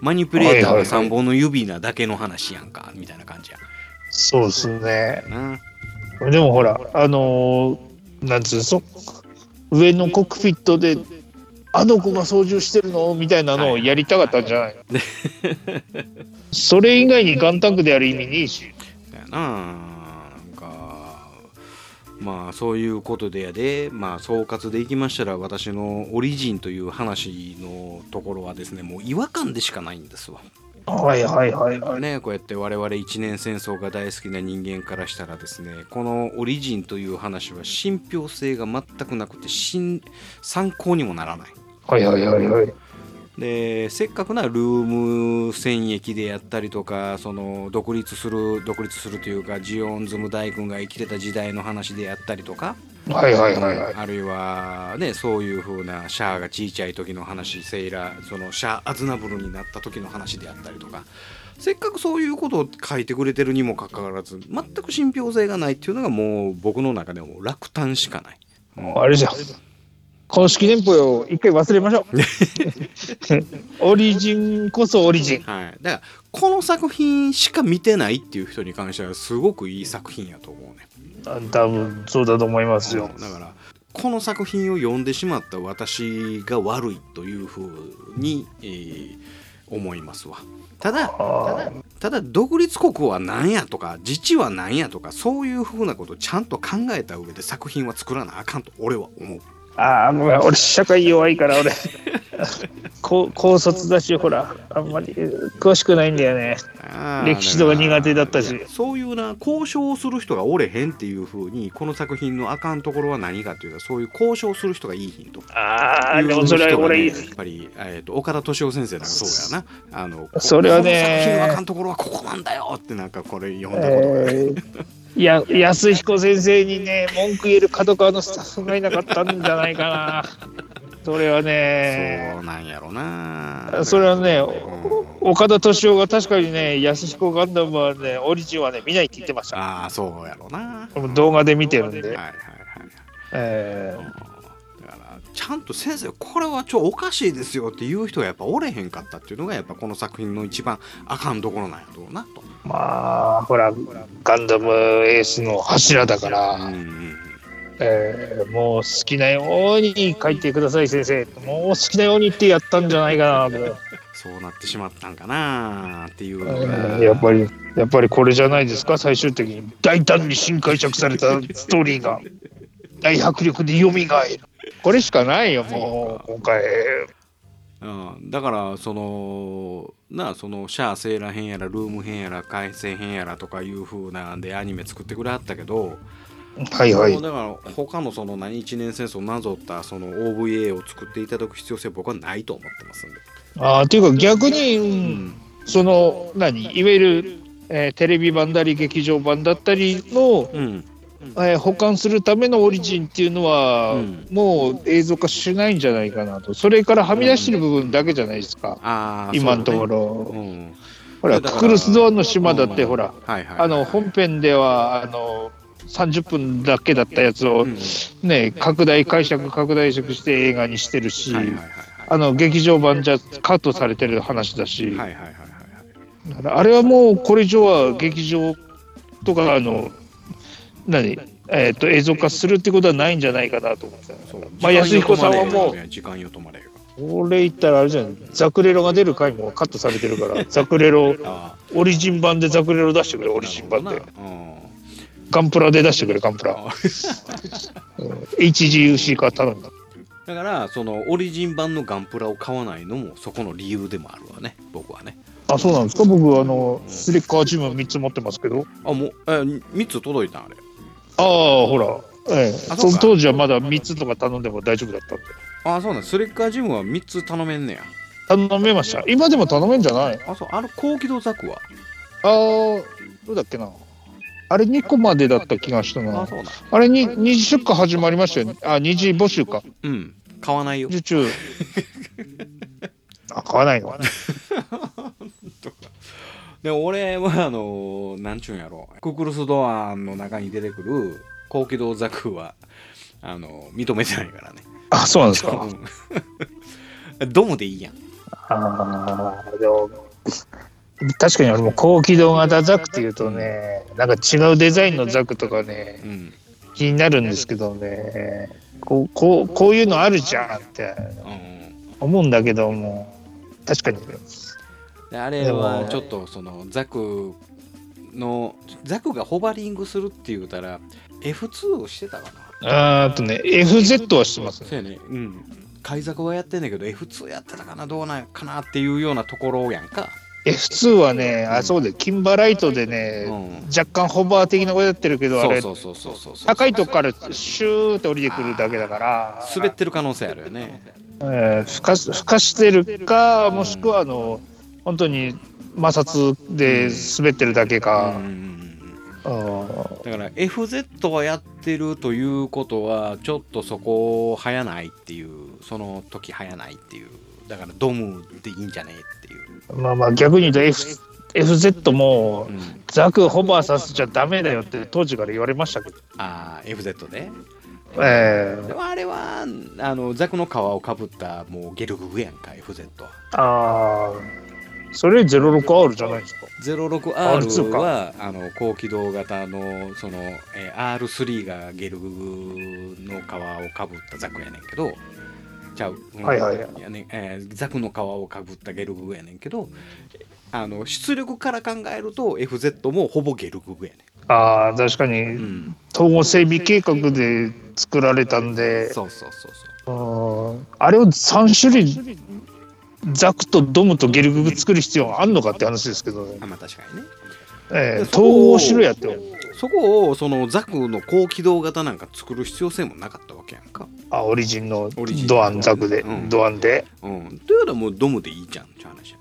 マニピュレーターが3本の指なだけの話やんかみたいな感じやそうですね。 な。 でもほら、なんつうの、上のコックピットで、あの子が操縦してるのみたいなのをやりたかったんじゃないの、それ以外にガンタンクである意味にいいし。 だよな。なんかまあそういうことでやで、まあ総括でいきましたら、私のオリジンという話のところはですね、もう違和感でしかないんですわ。 はいはいはいはい。 ね、こうやって我々一年戦争が大好きな人間からしたらですね、このオリジンという話は信憑性が全くなくて参考にもならない。 はいはいはいはい。 で、せっかくなルーム戦役でやったりとか、その独立するというか、ジオンズム大軍が生きてた時代の話でやったりとか、 はいはいはいはい。 あるいはね、そういう風なシャアが小さい時の話、そのシャア・アズナブルになった時の話であったりとか、せっかくそういうことを書いてくれてるにもかかわらず、全く信憑性がないっていうのがもう僕の中でも落胆しかない。 あれじゃん。公式年俸を一回忘れましょう。オリジンこそオリジン。 はい。だからこの作品しか見てないっていう人に関してはすごくいい作品やと思うね。 多分そうだと思いますよ。 だからこの作品を読んでしまった私が悪いというふうに、思いますわ。ただ独立国は何やとか自治は何やとか、そういうふうなことをちゃんと考えた上で作品は作らなあかんと俺は思う。 ああ、ごめん、俺社会弱いから俺高卒だし、ほらあんまり詳しくないんだよね。歴史とか苦手だったし。 そういうな交渉をする人がおれへんっていう風に、この作品のあかんところは何かというと、そういう交渉する人がいいヒント。 ああ、でもそれは俺いい。 やっぱり、岡田敏夫先生なんかそうやな。 それはね、 この作品のあかんところはここなんだよってなんかこれ読んだことが安彦先生にね文句言える角川のスタッフがいなかったんじゃないかな。それはね、 そうなんやろな。 それはね、岡田敏夫が確かにね、安彦ガンダムはね、オリジンはね見ないって言ってました。 ああ、そうやろな。 動画で見てるんで。 はいはいはい。だからちゃんと先生これはおかしいですよっていう人がやっぱおれへんかったっていうのがやっぱこの作品の一番あかんところなんやろうなと。 まあほらガンダムエースの柱だから、もう好きなように書いてください先生、もう好きなようにってやったんじゃないかなと。 そうなってしまったんかなっていうのが、 やっぱりこれじゃないですか。最終的に大胆に新解釈されたストーリーが大迫力で蘇る、これしかないよもう今回。 だからそのシャアセーラ編やらルーム編やら海星編やらとかいう風なんでアニメ作ってくれはったけど、 はいはい、 だから他のその一年戦争をなぞったその OVA を作っていただく必要性は僕はないと思ってますんで。 っていうか逆に、そのいわゆる、テレビ版だり劇場版だったりの、保管するためのオリジンっていうのは、もう映像化しないんじゃないかなと。それからはみ出してる部分だけじゃないですか、今のところ。ほらククルスドアンの島だって、ほら本編では30分だけだったやつを、拡大解釈して映画にしてるし、劇場版じゃカットされてる話だし、あれはもうこれ以上は劇場とか映像化するってことはないんじゃないかなと思って。安彦さんはもう時間よ止まれよ。 俺言ったらあれじゃん、ザクレロが出る回もカットされてるからザクレロオリジン版でザクレロ出してくれ。オリジン版でガンプラで出してくれ。ガンプラHGUC から頼んだ。 だからそのオリジン版のガンプラを買わないのもそこの理由でもあるわね、僕はね。 あ、そうなんですか。僕スリッカージム3つ持ってますけど。 もう3つ届いたんあれ。 ほら、その当時はまだ3つとか頼んでも大丈夫だったんで。 そうなん。スリッカージムは3つ頼めんねや。 頼めました。今でも頼めんじゃない？ そう。高機動ザクはどうだっけな。あれ2個までだった気がしたな。 そうだ。 あれに二次出荷始まりましたよね。二次募集か。 買わないよ。 受注買わないので俺はなんちゅうんやろ、ククルスドアンの中に出てくる高機動ザクは認めてないからね。 そうなんですか。 ドムでいいやん。 でも確かに俺も高機動型ザクっていうとね、なんか違うデザインのザクとかね、気になるんですけどね、こういうのあるじゃんって思うんだけども、確かにあれはちょっとそのザクがホバリングするって言うたら F2 をしてたかな。 FZ はしてますね。 そうやね。海ザクはやってんだけど F2 やってたかな、どうなんかなっていうようなところやんか。 F2 はね、そうでキンバライトでね、若干ホバー的なことやってるけど、あれ高いとこからシューって降りてくるだけだから滑ってる可能性あるよね。 ふかしてるか、もしくは本当に摩擦で滑ってるだけか。 だから FZ はやってるということはちょっとそこ早ないっていう、その時早ないっていう、だからドムでいいんじゃねえっていう。 まあ逆に言うと、FZ も、ザクホバーさせちゃダメだよって当時から言われましたけど。 FZ で。 でもあれはザクの皮をかぶったもうゲルググやんか FZ は。 それ 06R じゃないですか。 06R は高機動型のその、R3 がゲルググの皮をかぶったザクやねんけど、ちゃう、ザクの皮をかぶったゲルググやねんけど、出力から考えると FZ もほぼゲルググやねん。 確かに、統合整備計画で作られたんで、あれを3種類ザクとドムとゲルググ作る必要あんのかって話ですけどね。 まあ確かにね。 統合しろやって。 そこをそのザクの高機動型なんか作る必要性もなかったわけやんか。 オリジンのドアンザクで、ドアンで。 というのはもうドムでいいじゃんって話。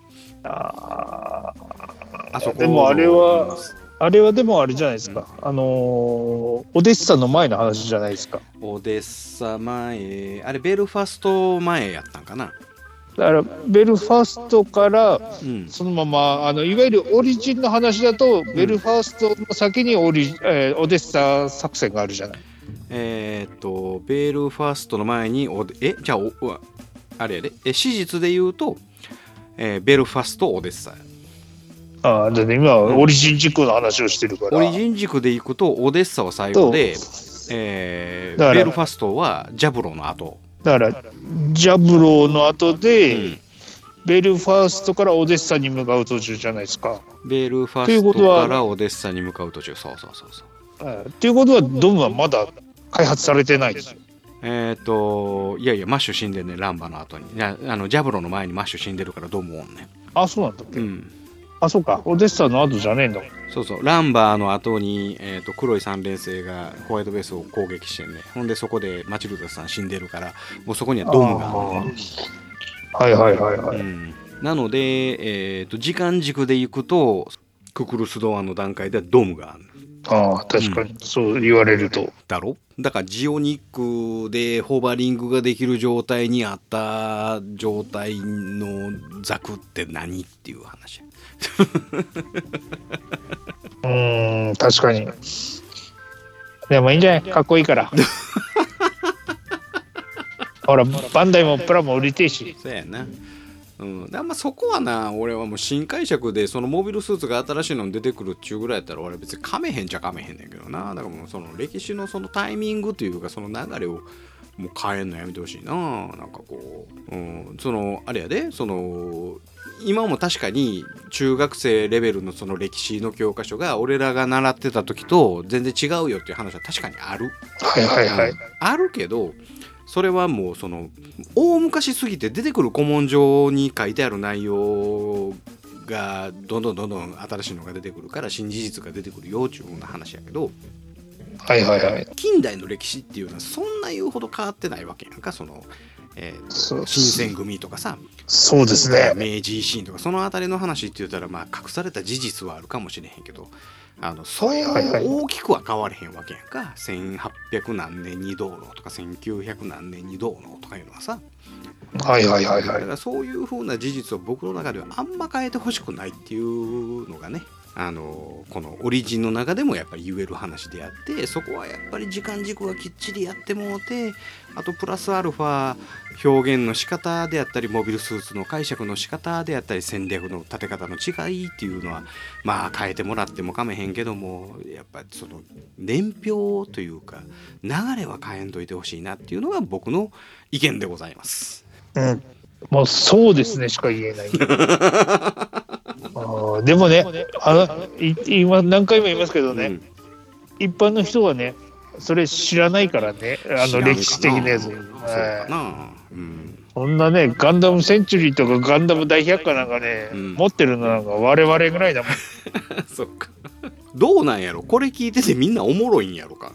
でもあれはでもあれじゃないですか。オデッサの前の話じゃないですか。 オデッサ前、あれベルファスト前やったんかな。 だからベルファストからそのまま、いわゆるオリジンの話だと、ベルファストの先にオデッサ作戦があるじゃない。 ベルファストの前にじゃああれやで、史実で言うと、ベルファストオデッサ。 だって今はオリジン軸の話をしてるから、 オリジン軸でいくとオデッサは最後で、ベルファストはジャブロの後だからジャブロの後で、ベルファストからオデッサに向かう途中じゃないですか。 ベルファストからオデッサに向かう途中。そうっていうことはドムはまだ開発されてないですよ。 いやマッシュ死んでんね、ランバの後に。ジャブロの前にマッシュ死んでるからドムおんね。 そうなんだっけ。そうか、オデッサの後じゃねえんだもん。 そうランバーの後に、黒い3連星がホワイトベースを攻撃してんね。ほんでそこでマチルダさん死んでるから、もうそこにはドムがあるね。なので、時間軸でいくとククルスドアンの段階ではドムがある。 確かに、そう言われると。 だろ。だからジオニックでホバリングができる状態にあった状態のザクって何っていう話。 確かに。でもいいんじゃない、かっこいいから。ほらバンダイもプラも売りてえし。 そうやな。そこはな、俺はもう新解釈でそのモビルスーツが新しいのに出てくるっちゅうぐらいやったら俺別にかめへんちゃかめへんねんけどな。だからもうその歴史のそのタイミングというかその流れをもう変えんのやめてほしいな。なんかこう、そのあれやで、その今も確かに中学生レベルのその歴史の教科書が俺らが習ってた時と全然違うよっていう話は確かにある。あるけど、それはもうその大昔すぎて出てくる古文書に書いてある内容がどんどん新しいのが出てくるから新事実が出てくるよっていうような話やけど、近代の歴史っていうのはそんな言うほど変わってないわけやんか。その、新選組とかさ、 そうですね、 明治維新とかそのあたりの話って言ったらまあ隠された事実はあるかもしれへんけど、そう大きくは変われへんわけやんか。1800何年にどうのとか1900何年にどうのとかいうのはさ、だからそういう風な事実を僕の中ではあんま変えてほしくないっていうのがね、 このオリジンの中でもやっぱり言える話であって、そこはやっぱり時間軸がきっちりやってもうて、あとプラスアルファ表現の仕方であったり、モビルスーツの解釈の仕方であったり、戦略の立て方の違いっていうのはまあ変えてもらってもかめへんけども、やっぱりその年表というか流れは変えんといてほしいなっていうのが僕の意見でございます。 もうそうですねしか言えない。でもね、今何回も言いますけどね、一般の人はねそれ知らないからね、歴史的なやつ。そうかな。そんなね、ガンダムセンチュリーとかガンダム大百科なんかね、持ってるのなんか我々ぐらいだもん。 そっか。どうなんやろ、これ聞いててみんなおもろいんやろか。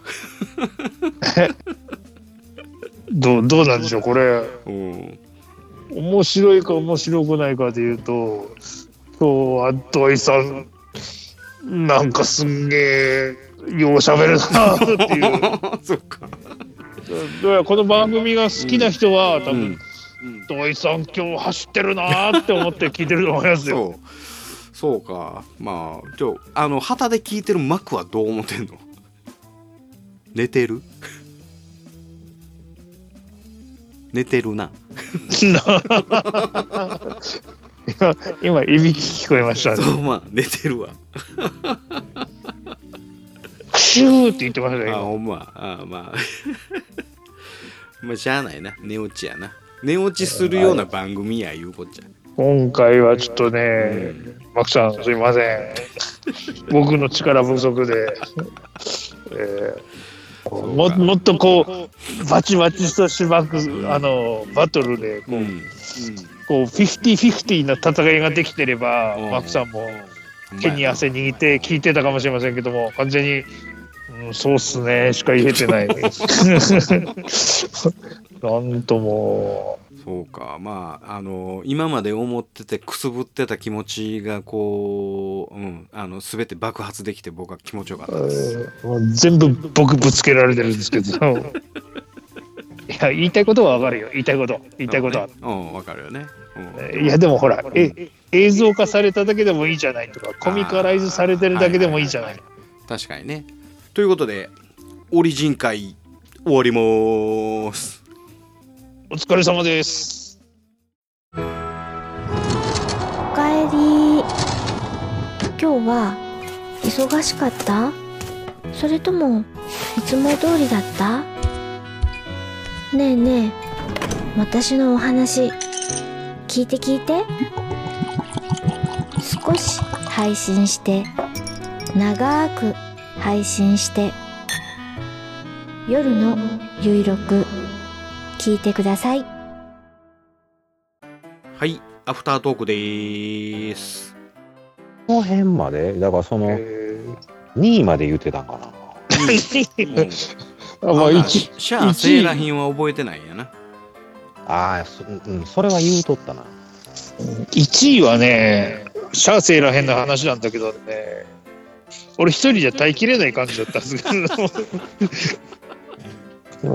どうなんでしょうこれ。面白いか面白くないかでいうと、今日は土井さんなんかすんげえようしゃべるなっていうそっか。 どうやこの番組が好きな人は、多分土井さん今日走ってるなって思って聞いてると思いますよ。 そうか。まあ旗で聞いてるマックはどう思ってんの？寝てる？寝てるな。 今いびき聞こえましたね。 そう、まあ寝てるわ。 クシューって言ってましたね。 ほんま。まあしゃあないな。寝落ちやな。寝落ちするような番組やいうこっちゃ。 今回はちょっとね、マクさんすいません。僕の力不足で。もっとこうバチバチとしばくバトルでこう50-50な戦いができてれば、マクさんも手に汗握って聞いてたかもしれませんけども、完全に、そうっすねしか言えてない。なんとも。 そうか。まあ今まで思っててくすぶってた気持ちがこう、全て爆発できて僕は気持ちよかったです。 全部僕ぶつけられてるんですけど。いや言いたいことはわかるよ。言いたいことは。 わかるよね。 いやでもほら、映像化されただけでもいいじゃないとか、コミカライズされてるだけでもいいじゃない。 確かにね。ということでオリジン会終わります。 お疲れ様です。 おかえり。今日は忙しかった？それともいつも通りだった？ねえねえ、私のお話聞いて。少し配信して長く配信して夜のゆいろく聞いてください。 はい、アフタートークでーす。 この辺までだからその2位まで言ってたんかな。 まあシャアセーラヒンは覚えてないんやな。 それは言うとったな。 1位はね、シャーセーラヘンの話なんだけどね、俺一人じゃ耐えきれない感じだったんですけど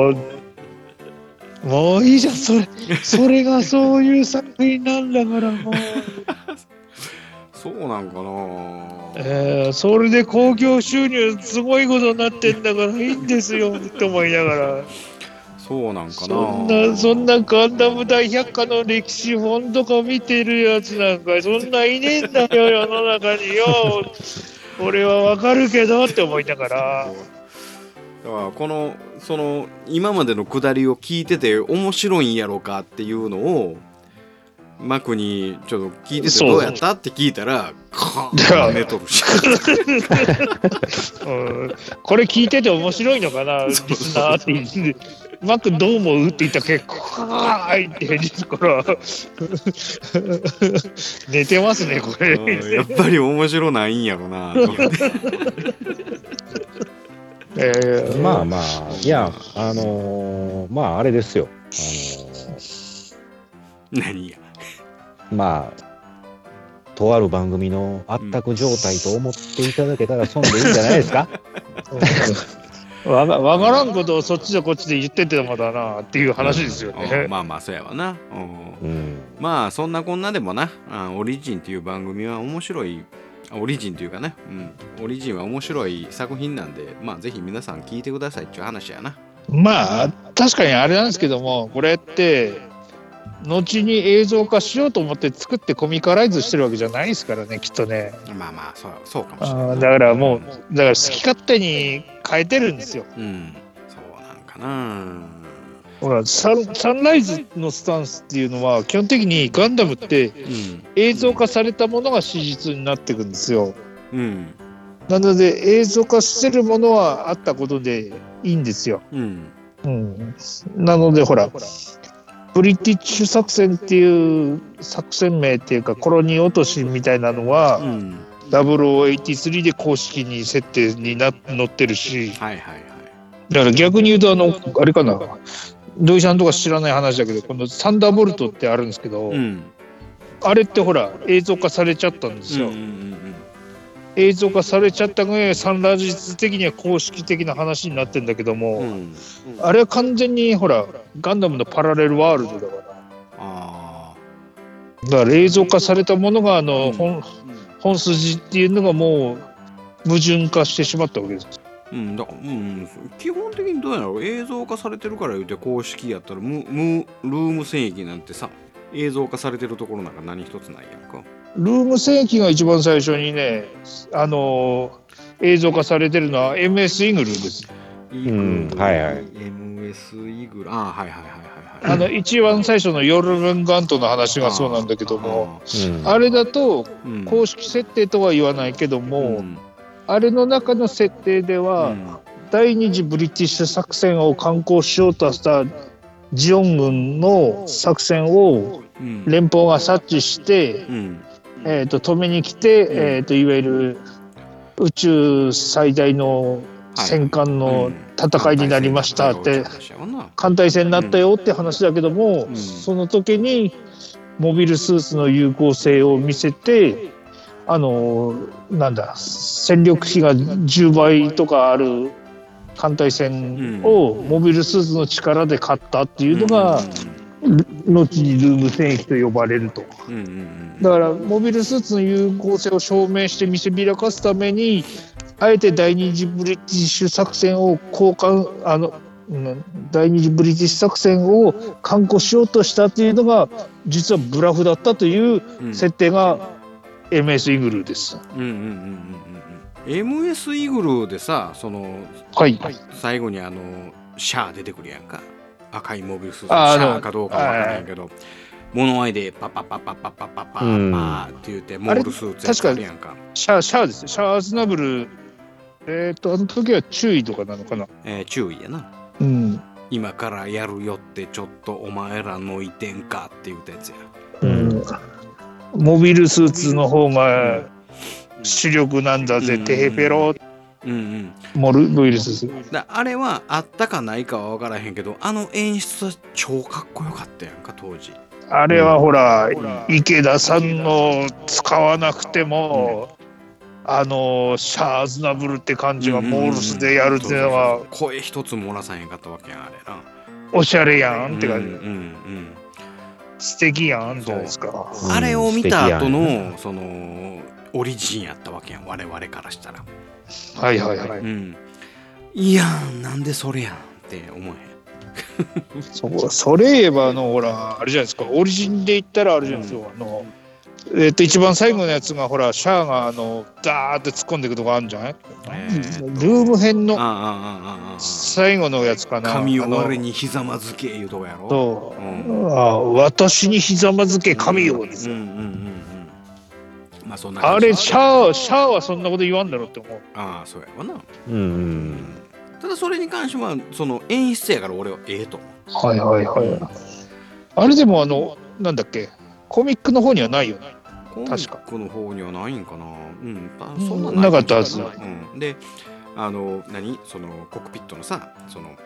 もういいじゃん、それがそういう作品なんだからもう。 そうなんかな。 それで興行収入すごいことになってんだからいいんですよって思いながら。 そうなんかな。 そんなガンダム大百科の歴史本とか見てるやつなんかそんないねえんだよ世の中によ。俺はわかるけどって思いながら。 だからその今までのくだりを聞いてて面白いんやろかっていうのをマクにちょっと聞いててどうやったって聞いたらカーン寝とるしこれ聞いてて面白いのかなリスナーって言ってマクどう思うって言ったら結構カーンって返事から寝てますねこれ。 やっぱり面白ないんやろなと思ってまあいやまああれですよ何やまあとある番組の圧迫状態と思っていただけたら損でいいんじゃないですか。 わからんことをそっちとこっちで言っててもだなっていう話ですよね。 まあそうやわな。まあそんなこんなでもなオリジンっていう番組は面白いオリジンというかね、オリジンは面白い作品なんで、まあぜひ皆さん聞いてくださいっていう話やな。 まあ確かにあれなんですけども、これって後に映像化しようと思って作ってコミカライズしてるわけじゃないですからね、きっとね。 まあまあそうかもしれない。 だからもうだから好き勝手に変えてるんですよ。 そうなんかな。 ほらサンライズのスタンスっていうのは基本的にガンダムって映像化されたものが史実になっていくんですよ。なので映像化してるものはあったことでいいんですよ。なのでほらブリティッシュ作戦っていう作戦名っていうかコロニー落としみたいなのは、0083で公式に設定に載ってるし、だから逆に言うとあれかな、土井さんとか知らない話だけど、このサンダーボルトってあるんですけど、あれってほら映像化されちゃったんですよ。映像化されちゃったがサンラージ的には公式的な話になってんだけども、あれは完全にほらガンダムのパラレルワールドだから、だから映像化されたものが本筋っていうのがもう矛盾化してしまったわけです。 基本的にどうやろう、映像化されてるから言うて公式やったらルーム戦役なんてさ、映像化されてるところなんか何一つないやんか。 ルーム戦役が一番最初にね、映像化されてるのは MS イグルです。 MS イグル、 一番最初のヨルムンガントの話がそうなんだけども、あれだと公式設定とは言わないけども、あれの中の設定では、第二次ブリティッシュ作戦を敢行しようとしたジオン軍の作戦を連邦が察知して、止めに来て、いわゆる宇宙最大の戦艦の戦いになりましたって、艦隊戦になったよって話だけども、その時にモビルスーツの有効性を見せて、戦力比が10倍とかある艦隊戦をモビルスーツの力で勝ったっていうのが、後にルーム戦役と呼ばれると。だからモビルスーツの有効性を証明して見せびらかすために、あえて第二次ブリティッシュ作戦を第二次ブリティッシュ作戦を敢行しようとしたっていうのが実はブラフだったという設定が MS イグルです。 MS イグルでさ、最後にシャア出てくるやんか。赤いモビルスーツ、シャアかどうかわからないけど、物合いでパッパッパッパッパッパッパッパッって言ってモールスーツやってるやんか。 シャアです。シャア・アズナブル、あの時は注意とかなのかな。 注意やな。今からやるよってちょっとお前らのいてんかって言ったやつや。 モビルスーツの方が主力なんだぜ、テヘペロ。モビルスーツ。 あれはあったかないかは分からへんけど、あの演出は超かっこよかったやんか当時。 あれはほら、池田さんの使わなくても、シャーアズナブルって感じがモールスでやるっていうのは、 声一つ漏らさへんかったわけやん、あれな。 おしゃれやんって感じ。素敵やんじゃないですか。 あれを見た後のそのオリジンやったわけやん、我々からしたら。いやん、なんでそれやんって思えへん。 それ言えばほらあれじゃないですか、オリジンで言ったらあれじゃないですか、一番最後のやつがほらシャアがダーって突っ込んでいくとこあるんじゃない？ルーム編の最後のやつかな。 神を我にひざまずけいうとこやろ。 そう、私にひざまずけ神よですよ。あれシャアはそんなこと言わんだろって思う。 そうやわな。ただそれに関してはその演出やから俺はと思う。 あれでもなんだっけ、コミックの方にはないよね。 コミックの方にはないんかな。 そんななかったはず。 で、そのコックピットのさ、この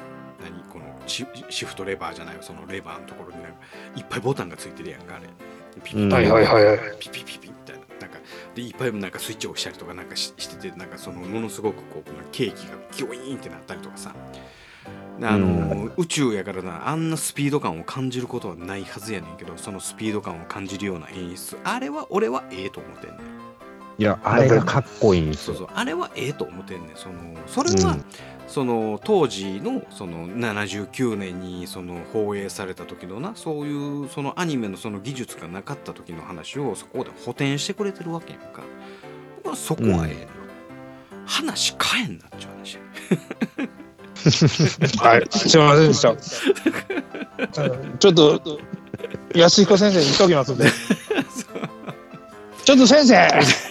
シフトレバーじゃないよ、そのレバーのところにいっぱいボタンがついてるやんか、あれ。ピピピピみたいな、なんかでいっぱいなんかスイッチを押したりとかなんかしてて、なんかそのものすごくこうケーキがギョイーンってなったりとかさ。宇宙やからな、あんなスピード感を感じることはないはずやねんけど、そのスピード感を感じるような演出、あれは俺はと思ってんねん。 いや、あれがかっこいいんですよ。 そうそう、あれはええと思ってんねん。それは、その当時のその79年にその放映された時のな、そういうそのアニメのその技術がなかった時の話をそこで補填してくれてるわけやんか。僕はそこはええの、話変えんなっちゅう話や。 はい、すいませんでした。ちょっと安彦先生に言っときますんで。ちょっと先生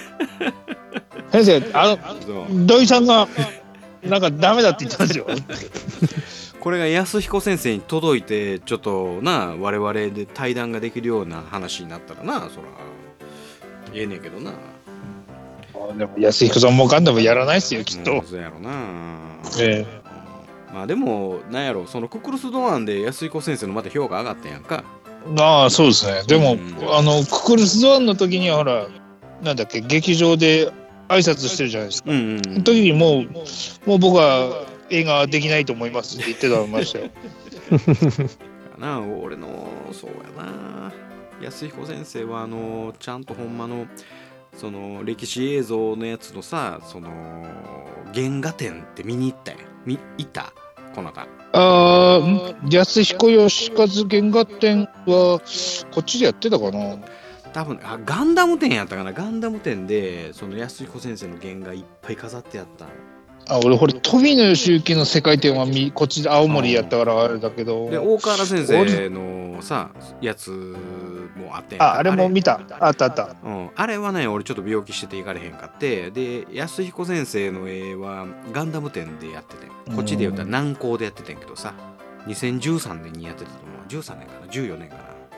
土井さんがなんかダメだって言ったんですよ。 これが安彦先生に届いてちょっとな我々で対談ができるような話になったらな、そらええねんけどな。 でも安彦さんもガンダムやらないっすよきっと。 そうやろな。まあでもなんやろ、そのククルス・ドアンで安彦先生のまた評価上がったやんか。 ああそうですね。でも、ククルス・ドアンの時にはほらなんだっけ劇場で挨拶してるじゃないですか。その時にもう僕は映画できないと思いますって言ってたましたよ。 なあ、俺のそうやな、安彦先生はちゃんとほんまのその歴史映像のやつのさ、その原画展って見に行ったやん。行ったこの間。 安彦義和原画展はこっちでやってたかな。 多分ガンダム展やったかな。ガンダム展でその安彦先生の原画いっぱい飾ってやった。 俺これ富野義行の世界展はこっちで青森やったからあれだけど、 で大河原先生のさやつもあってん。 あれも見た。あった、 あれはね俺ちょっと病気してて行かれへんかって、で安彦先生の絵はガンダム展でやってて、こっちで言うたら南高でやっててんけどさ、2013年にやってたと思う。13年かな14年か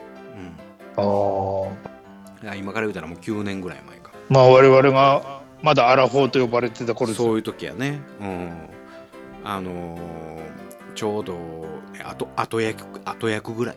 な。今から言うたらもう9年ぐらい前か。 まあ我々がまだアラフォーと呼ばれてた頃です。 そういう時やね。ちょうど後役ぐらい。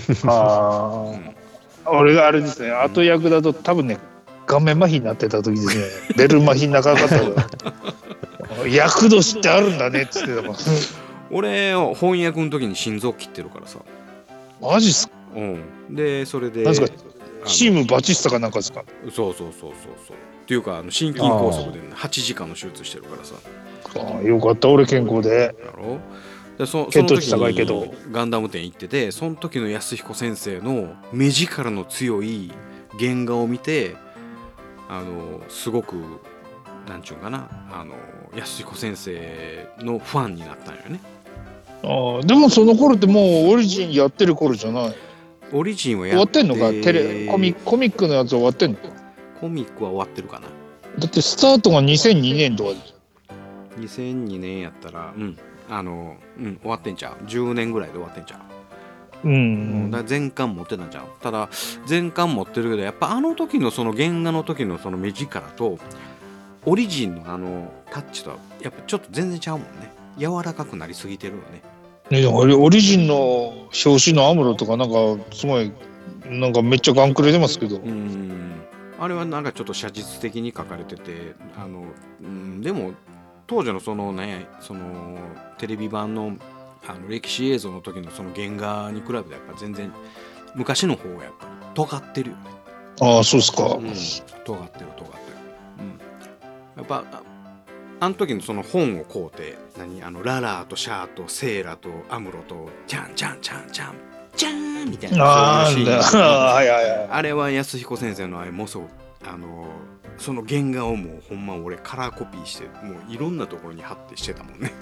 俺があれですね、後役だと多分ね顔面麻痺になってた時ですね。ベル麻痺なかったから役年ってあるんだねっつってたもん。俺翻訳の時に心臓切ってるからさ。 マジっすか。 でそれでなんすかチームバチスタかなんかですか。 そうっていうか心筋梗塞で、8時間の手術してるからさ。 よかった俺健康で。 やろでその血糖値高いけどガンダム展行ってて、その時の安彦先生の目力の強い原画を見てすごくなんちゅうかな安彦先生のファンになったんよね。 でもその頃ってもうオリジンやってる頃じゃない。 オリジンは終わってんのか。コミックのやつ終わってんのか。 コミックは終わってるかな。 だってスタートが2002年とかで。 2002年やったら終わってんちゃう。10年ぐらいで終わってんちゃう。だから全巻持ってたんちゃう。ただ全巻持ってるけどやっぱ時のその原画の時のその目力とオリジンのタッチとはやっぱちょっと全然ちゃうもんね。柔らかくなりすぎてるよね。 オリジンの表紙のアムロとかなんかすごいなんかめっちゃガンくれてますけど、 あれはなんかちょっと写実的に描かれててでも当時のそのテレビ版の歴史映像の時のその原画に比べてやっぱ全然昔の方がやっぱり尖ってるよね。 そうっすか。 尖ってる。やっぱあの時のその本を買うてララーとシャーとセーラとアムロとチャンチャンチャンチャンチャンみたいなそういうシーンあれは安彦先生のあれもそうその原画をもうほんま俺カラーコピーしてもういろんなところに貼ってしてたもんね。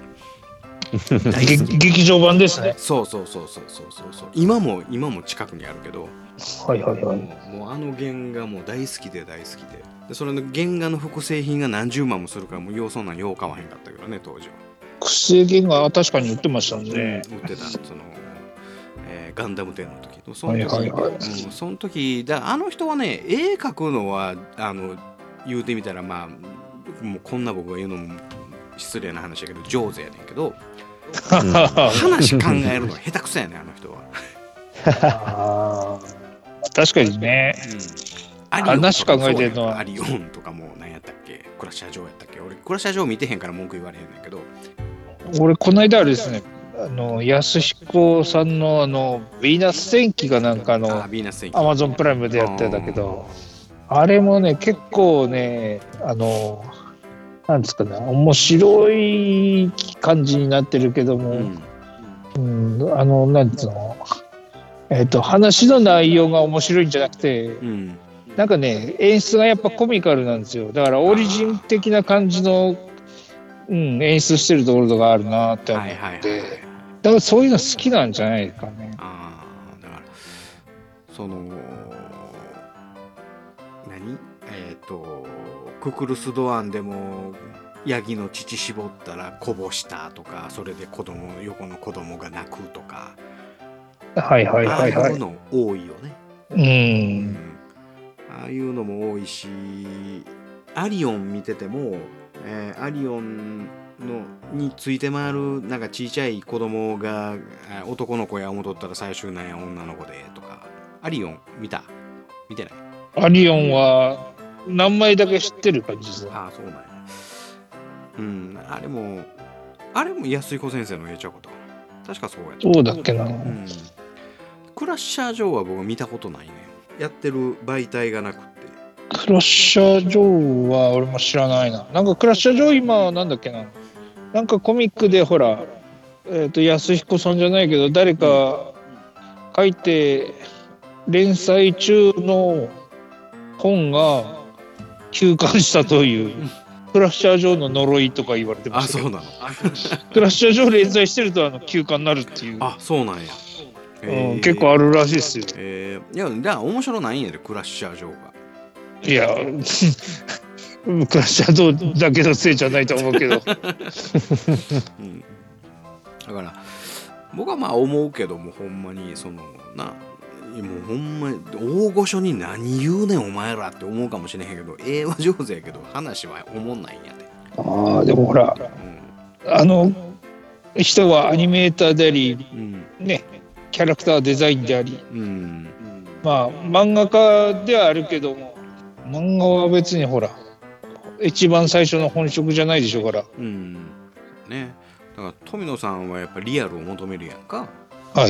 劇場版ですね。 そう今も近くにあるけど、もう原画も大好きでそれの原画の複製品が何十万もするからもうそんなんよう買わへんかったけどね当時は。 複製原画は確かに売ってましたね。 売ってたガンダム展の時そのその時だ人はね絵描くのは言うてみたらまあもうこんな僕が言うのも失礼な話やけど上手やねんけど話考えるの下手くそやねん人は。 確かにね。話考えてるのはアリオンとかも何やったっけクラッシャー城やったっけ。俺クラッシャー城見てへんから文句言われへんねんけど、 俺この間あれですね安彦さんのヴィーナス戦記がなんかアマゾンプライムでやってたけどあれもね、結構ね、なんですかね、面白い感じになってるけども、なんつうの、話の内容が面白いんじゃなくて、なんかね、演出がやっぱコミカルなんですよ。だからオリジン的な感じの、演出してるところがあるなって思って、だからそういうの好きなんじゃないですかね。 だからそのククルス・ドアンでもヤギの乳絞ったらこぼしたとか、それで横の子供が泣くとか、ああいうの多いよね。ああいうのも多いし、アリオン見てても、アリオンについて回るなんかちいちゃい子供が男の子や思っとったら最終なんや女の子でとか。アリオン見てない？ アリオンは何枚だけ知ってる感じですね。 ああ、そうなんや。あれも安彦先生のやっちゃうこと確かそうやった。 そうだっけな。 クラッシャー・ジョーは僕見たことないね。やってる媒体がなくて。 クラッシャー・ジョーは俺も知らないな。なんかクラッシャー・ジョー今なんだっけな。なんかコミックでほら、安彦さんじゃないけど誰か書いて連載中の本が休刊したという。クラッシャー・ジョーの呪いとか言われてましたけど。 あ、そうなの。 クラッシャー・ジョー連載してると休刊になるっていう。 あ、そうなんや。 結構あるらしいですよ。 いや、だから面白ないんやで、クラッシャー・ジョーが。 いや、クラッシャー・ジョーだけのせいじゃないと思うけど。だから、僕はまあ思うけども、ほんまに、もうほんまに大御所に何言うねんお前らって思うかもしれへんけど、絵は上手やけど話は思んないんやで。 ああ、でもほら、人はアニメーターであり、ね、キャラクターデザインであり、まあ漫画家ではあるけども、漫画は別にほら一番最初の本職じゃないでしょうから。 ね、だから富野さんはやっぱリアルを求めるやんか。 だから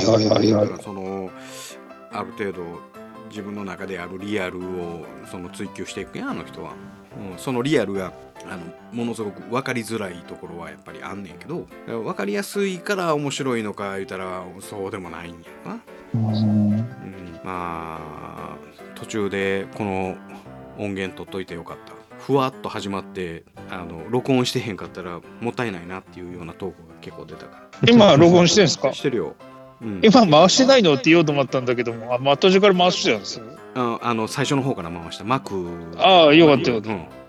ある程度自分の中であるリアルを追求していくやん、あの人は。そのリアルがものすごく分かりづらいところはやっぱりあんねんけど、分かりやすいから面白いのか言ったらそうでもないんやな。まあ途中でこの音源取っといてよかった、ふわっと始まって録音してへんかったらもったいないなっていうようなトークが結構出たから。 今録音してんすか？ してるよ。 今回してないのって言おうと思ったんだけども、途中から回してたんですよ。 最初の方から回したマク。 ああ、よかったよ。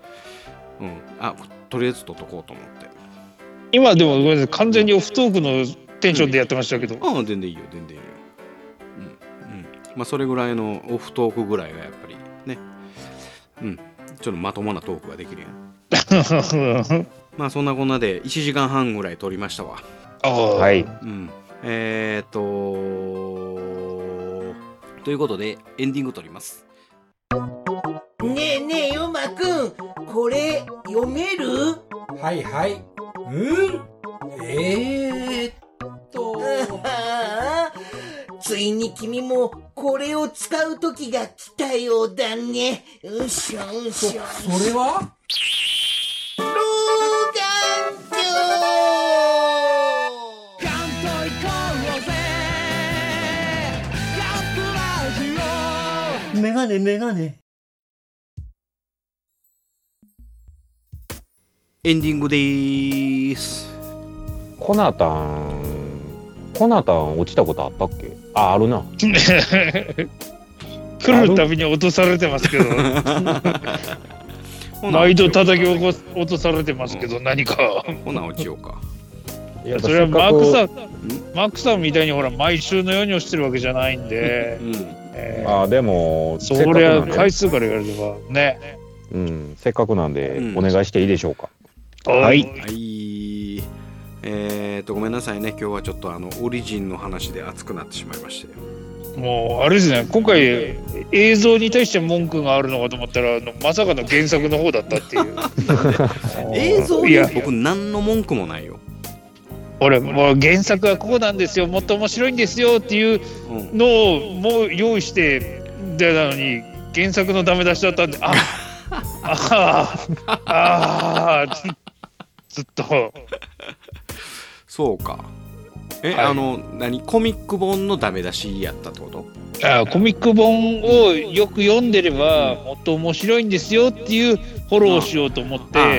とりあえず撮っとこうと思って。 今でもごめんなさい、完全にオフトークのテンションでやってましたけど。 全然いいよ、全然いいよ。まあそれぐらいのオフトークぐらいがやっぱりね、ちょっとまともなトークができるやん。まあそんなこんなで1時間半ぐらい撮りましたわ。 はい。 ということでエンディング撮ります。 ねえねえヨマくん、これ読める？ はいはい。 ついに君もこれを使う時が来たようだね。うしょうしょ。 それは？ 老眼鏡。メガネメガネ。 エンディングでーす。 コナタン落ちたことあったっけ？あるな。 来るたびに落とされてますけど。毎度叩き落とされてますけど、何か。 ほな落ちようか。 いや、それはマークさんみたいにほら毎週のように落ちてるわけじゃないんで。 でもそれは回数から言われればね。 せっかくなんでお願いしていいでしょうか。 はい。 ごめんなさいね、今日はちょっとオリジンの話で熱くなってしまいまして。 もうあれですね、今回映像に対して文句があるのかと思ったらまさかの原作の方だったっていう。 映像に僕何の文句もないよ。 俺もう原作はこうなんですよ、もっと面白いんですよっていうのをもう用意して出たのに、 原作のダメ出しだったんで、ずっと。 そうか。何コミック本のダメ出しやったってこと？ コミック本をよく読んでればもっと面白いんですよっていうフォローをしようと思って、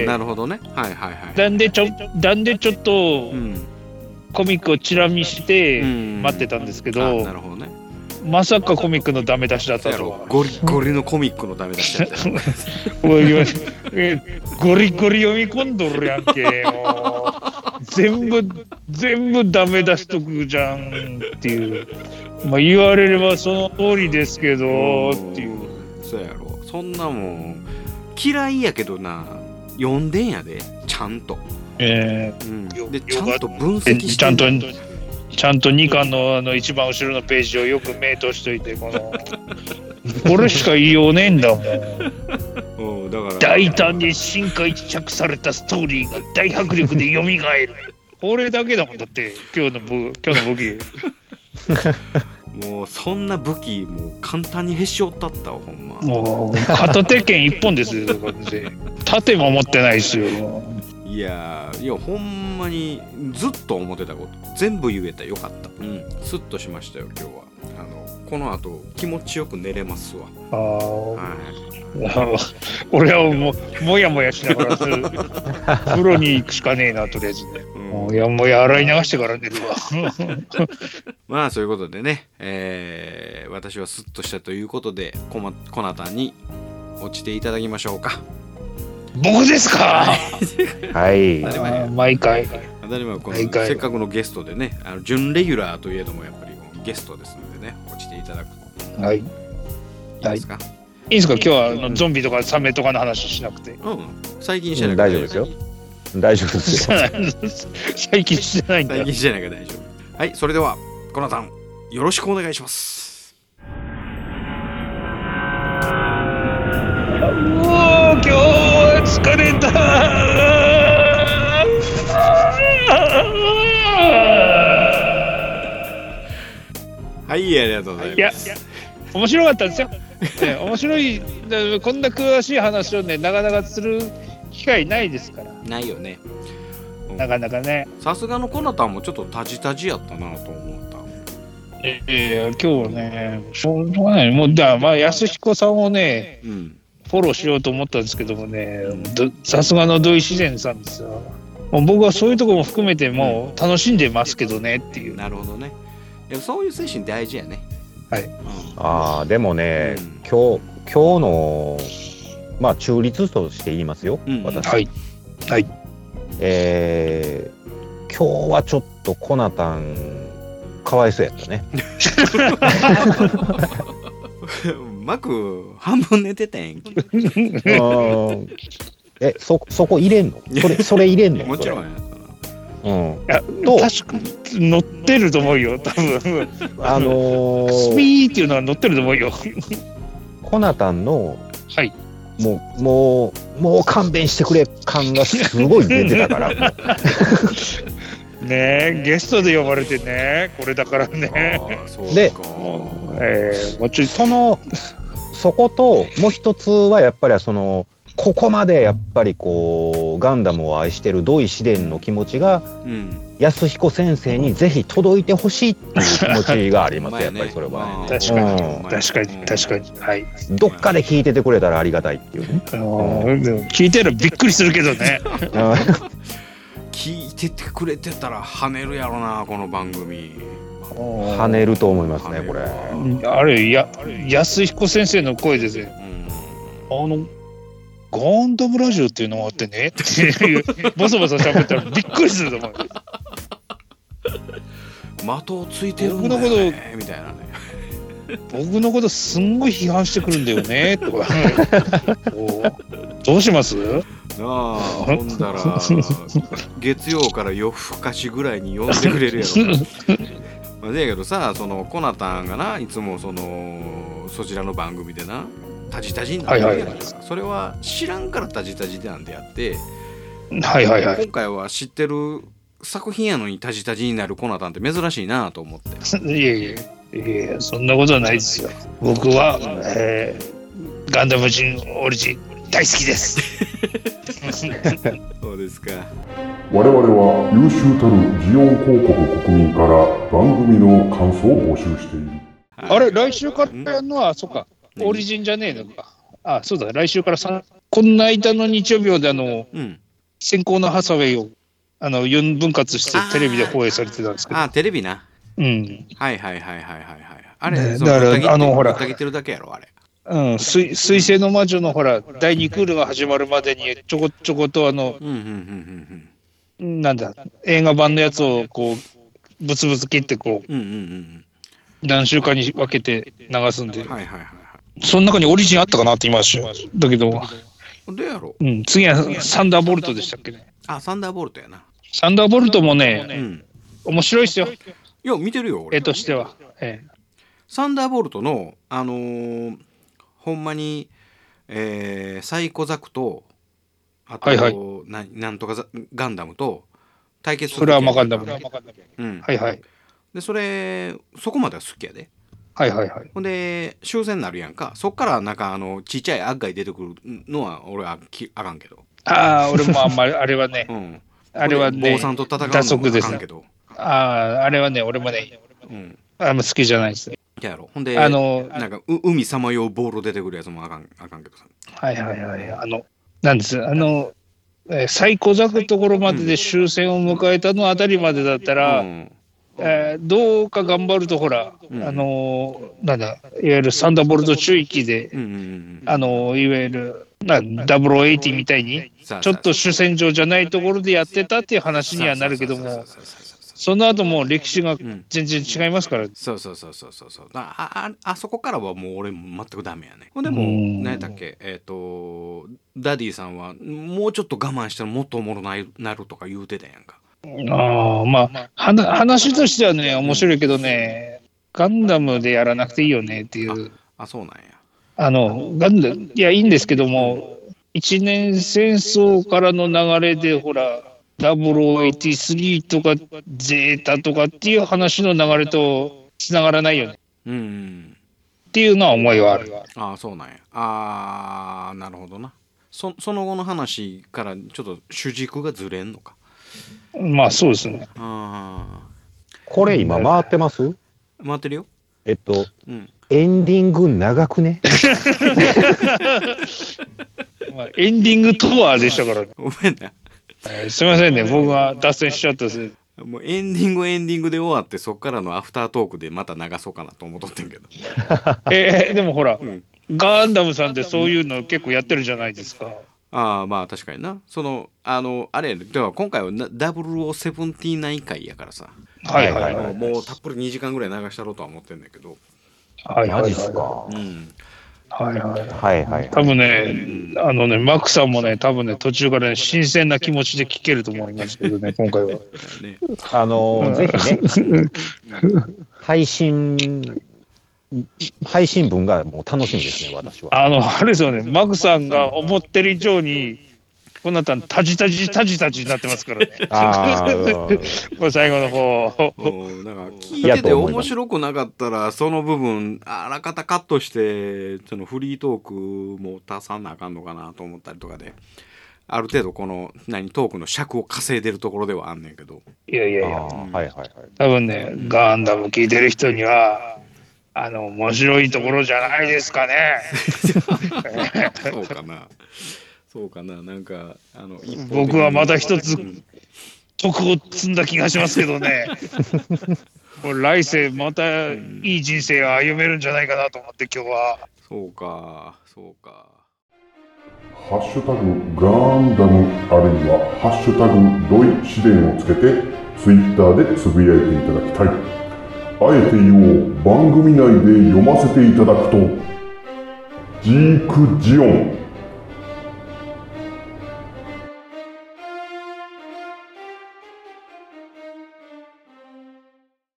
なるほどね。はいはいはい。 なんでちょっと、コミックをチラ見して待ってたんですけど、 なるほどね。 まさかコミックのダメ出しだったとは。 ゴリゴリのコミックのダメ出しだった。 ゴリゴリ読み込んどるやんけ。もう全部ダメ出しとくじゃんっていう。まあ言われればその通りですけどっていう。 そうやろ。そんなもん嫌いやけどな、読んでんやでちゃんと。でちゃんと分析して。 ちゃんと2巻の一番後ろのページをよく目通しといて、これしか言いようねえんだもん。 だから大胆に進化一着されたストーリーが大迫力で蘇る。これだけだもん。だって今日の武器。 もうそんな武器もう簡単にへし折ったったわほんま。 もう片手剣一本ですよ。盾も持ってないですよ。 いやほんまにずっと思ってたこと全部言えた。よかった。スッとしましたよ今日は。この後気持ちよく寝れますわ。 俺はもやもやしながら風呂に行くしかねえなとりあえずね。もや洗い流してから寝るわ。 まあそういうことでね、私はスッとしたということでコナタンに落ちていただきましょうか。 僕ですか？ はい。 毎回。 当たり前このせっかくのゲストでね、準レギュラーといえどもやっぱりゲストですのでね、落ちていただく。 はい。 いいですか？ いいですか？今日はゾンビとかサメとかの話しなくて。 最近してない大丈夫ですよ。大丈夫ですよ。 最近してないんだ。 最近してないから大丈夫。はい、それではコナタンよろしくお願いします。 今日は疲れた。 はい、ありがとうございます。 いや面白かったんですよ。面白い。こんな詳しい話をねなかなかする機会ないですから。 ないよね。 なかなかね。 さすがのコナタンもちょっとタジタジやったなと思った。 今日ねしょうがない。もう安彦さんをね。フォローしようと思ったんですけどもね、さすがの土井自然さんですよ。もう僕はそういうところも含めてもう楽しんでますけどねっていう。 なるほどね。でもそういう精神大事やね。 はい。 でもね、今日の中立として言いますよ。私。 はい。はい。 今日はちょっとコナタンかわいそうやったね。 マク半分寝てたやんけ。 そこ入れんの？それ入れんの？ もちろんや。 確かに乗ってると思うよ多分。スピーっていうのは乗ってると思うよ。 コナタンのはい。 もう勘弁してくれ感がすごい出てたから。 ねえゲストで呼ばれてねこれだからね。 で、 もちろんそこともう一つはやっぱりここまでやっぱりガンダムを愛してる土井紫伝の気持ちが、安彦先生にぜひ届いてほしいっていう気持ちがありますやっぱりそれは。 確かにはい。 どっかで聞いててくれたらありがたいっていうね。 聞いてるびっくりするけどね。 聞いててくれてたら跳ねるやろなこの番組。 跳ねると思いますねこれ。 あれ安彦先生の声ですよ。ガンダムラジオっていうのがあってねっていうボソボソ喋ったらびっくりすると思う。 的をついてるんだよねみたいなね。 僕のことすんごい批判してくるんだよねとか。どうします？ ほんだら月曜から夜更かしぐらいに呼んでくれるやろ。だけどさ、そのコナタンがないつもそちらの番組でなタジタジになってるやんか。それは知らんからタジタジなんであって、今回は知ってる作品やのにタジタジになるコナタンって珍しいなと思って。 いやそんなことはないですよ。僕は、 ガンダム人オリジン大好きです。 そうですか。 我々は優秀たるジオン広告国民から番組の感想を募集している。 あれ、来週からやるのは、そっか、オリジンじゃねえのか。あ、そうだ、来週からこんな間の日曜日で先行のハサウェイを4分割してテレビで放映されてたんですけど。 テレビな。 うん。 はい。あれ、 ね、だからほら、 ぶった切ってるだけやろ、あれ。 うん、水星の魔女のほら、第2クールが始まるまでにちょこちょことなんだ、映画版のやつをこう、ブツブツ切ってこう、何週間に分けて流すんで。その中にオリジンあったかなって言いましただけど。 どうやろう。次はサンダーボルトでしたっけね。 サンダーボルトやな。 サンダーボルトもね、面白いっすよ。 いや、見てるよ、俺。 絵としては。 サンダーボルトの、ほんまに、サイコザクと、あと、なんとかガンダムと対決する。 フラーマガンダム。 で、そこまでは好きやで。ほんで、終戦になるやんか。そっからなんかちっちゃい悪が出てくるのは俺はあかんけど。 俺もあんまり、あれはね、あれはね、 坊さんと戦うのもあかんけど。 あれはね、俺もね、あんま好きじゃないですね。 ほんで、なんか海さまようボール出てくるやつもあかんけどさ。 なんです。サイコザクところまでで終戦を迎えたのあたりまでだったら、どうか頑張るとほら、なんだ、いわゆるサンダーボルト中域で、いわゆる0080みたいに、ちょっと主戦場じゃないところでやってたっていう話にはなるけども、その後も歴史が全然違いますから。 そう。あそこからはもう俺全くダメやね。ほんでも何やったっけ、ダディさんはもうちょっと我慢したらもっとおもろなるとか言うてたやんか。 まあ話としてはね面白いけどね、ガンダムでやらなくていいよねっていう。 そうなんや。 ガンダムいやいいんですけども、一年戦争からの流れでほら0083とかゼータとかっていう話の流れとつながらないよね。っていうのは思いはある。 そうなんや。なるほどな。その後の話からちょっと主軸がずれんのか。 まあそうですね。 これ今回ってます？ 回ってるよ。 エンディング長くね。 エンディングとはでしたからね。 ごめんな。 すみませんね、僕が脱線しちゃったです。 もうエンディングで終わって、そっからのアフタートークでまた流そうかなと思っとってんけど。 でもほら、ガンダムさんってそういうの結構やってるじゃないですか。 まあ確かにな。あれでは今回は0079回やからさ。もうたっぷり2時間ぐらい流したろうとは思ってんだけど。 マジっすか。 多分ね、マックさんもね、多分ね、途中からね、新鮮な気持ちで聞けると思いますけどね、今回は。 ぜひね、配信分がもう楽しみですね、私は。 あれですよね、マクさんが思ってる以上に、こうなったらタジタジになってますからね。もう最後の方。 なんか聞いてて面白くなかったら、その部分あらかたカットして、そのフリートークも足さなあかんのかなと思ったりとかで、ある程度このトークの尺を稼いでるところではあんねんけど。 いや。多分ね、ガンダム聞いてる人には。面白いところじゃないですかね。 そうかな、なんか僕はまた一つ徳を積んだ気がしますけどね。これ来世またいい人生を歩めるんじゃないかなと思って今日は。 そうか。 ハッシュタグガンダムあるいはハッシュタグドイ試練をつけてツイッターでつぶやいていただきたい。あえて言おう、番組内で読ませていただくとジークジオン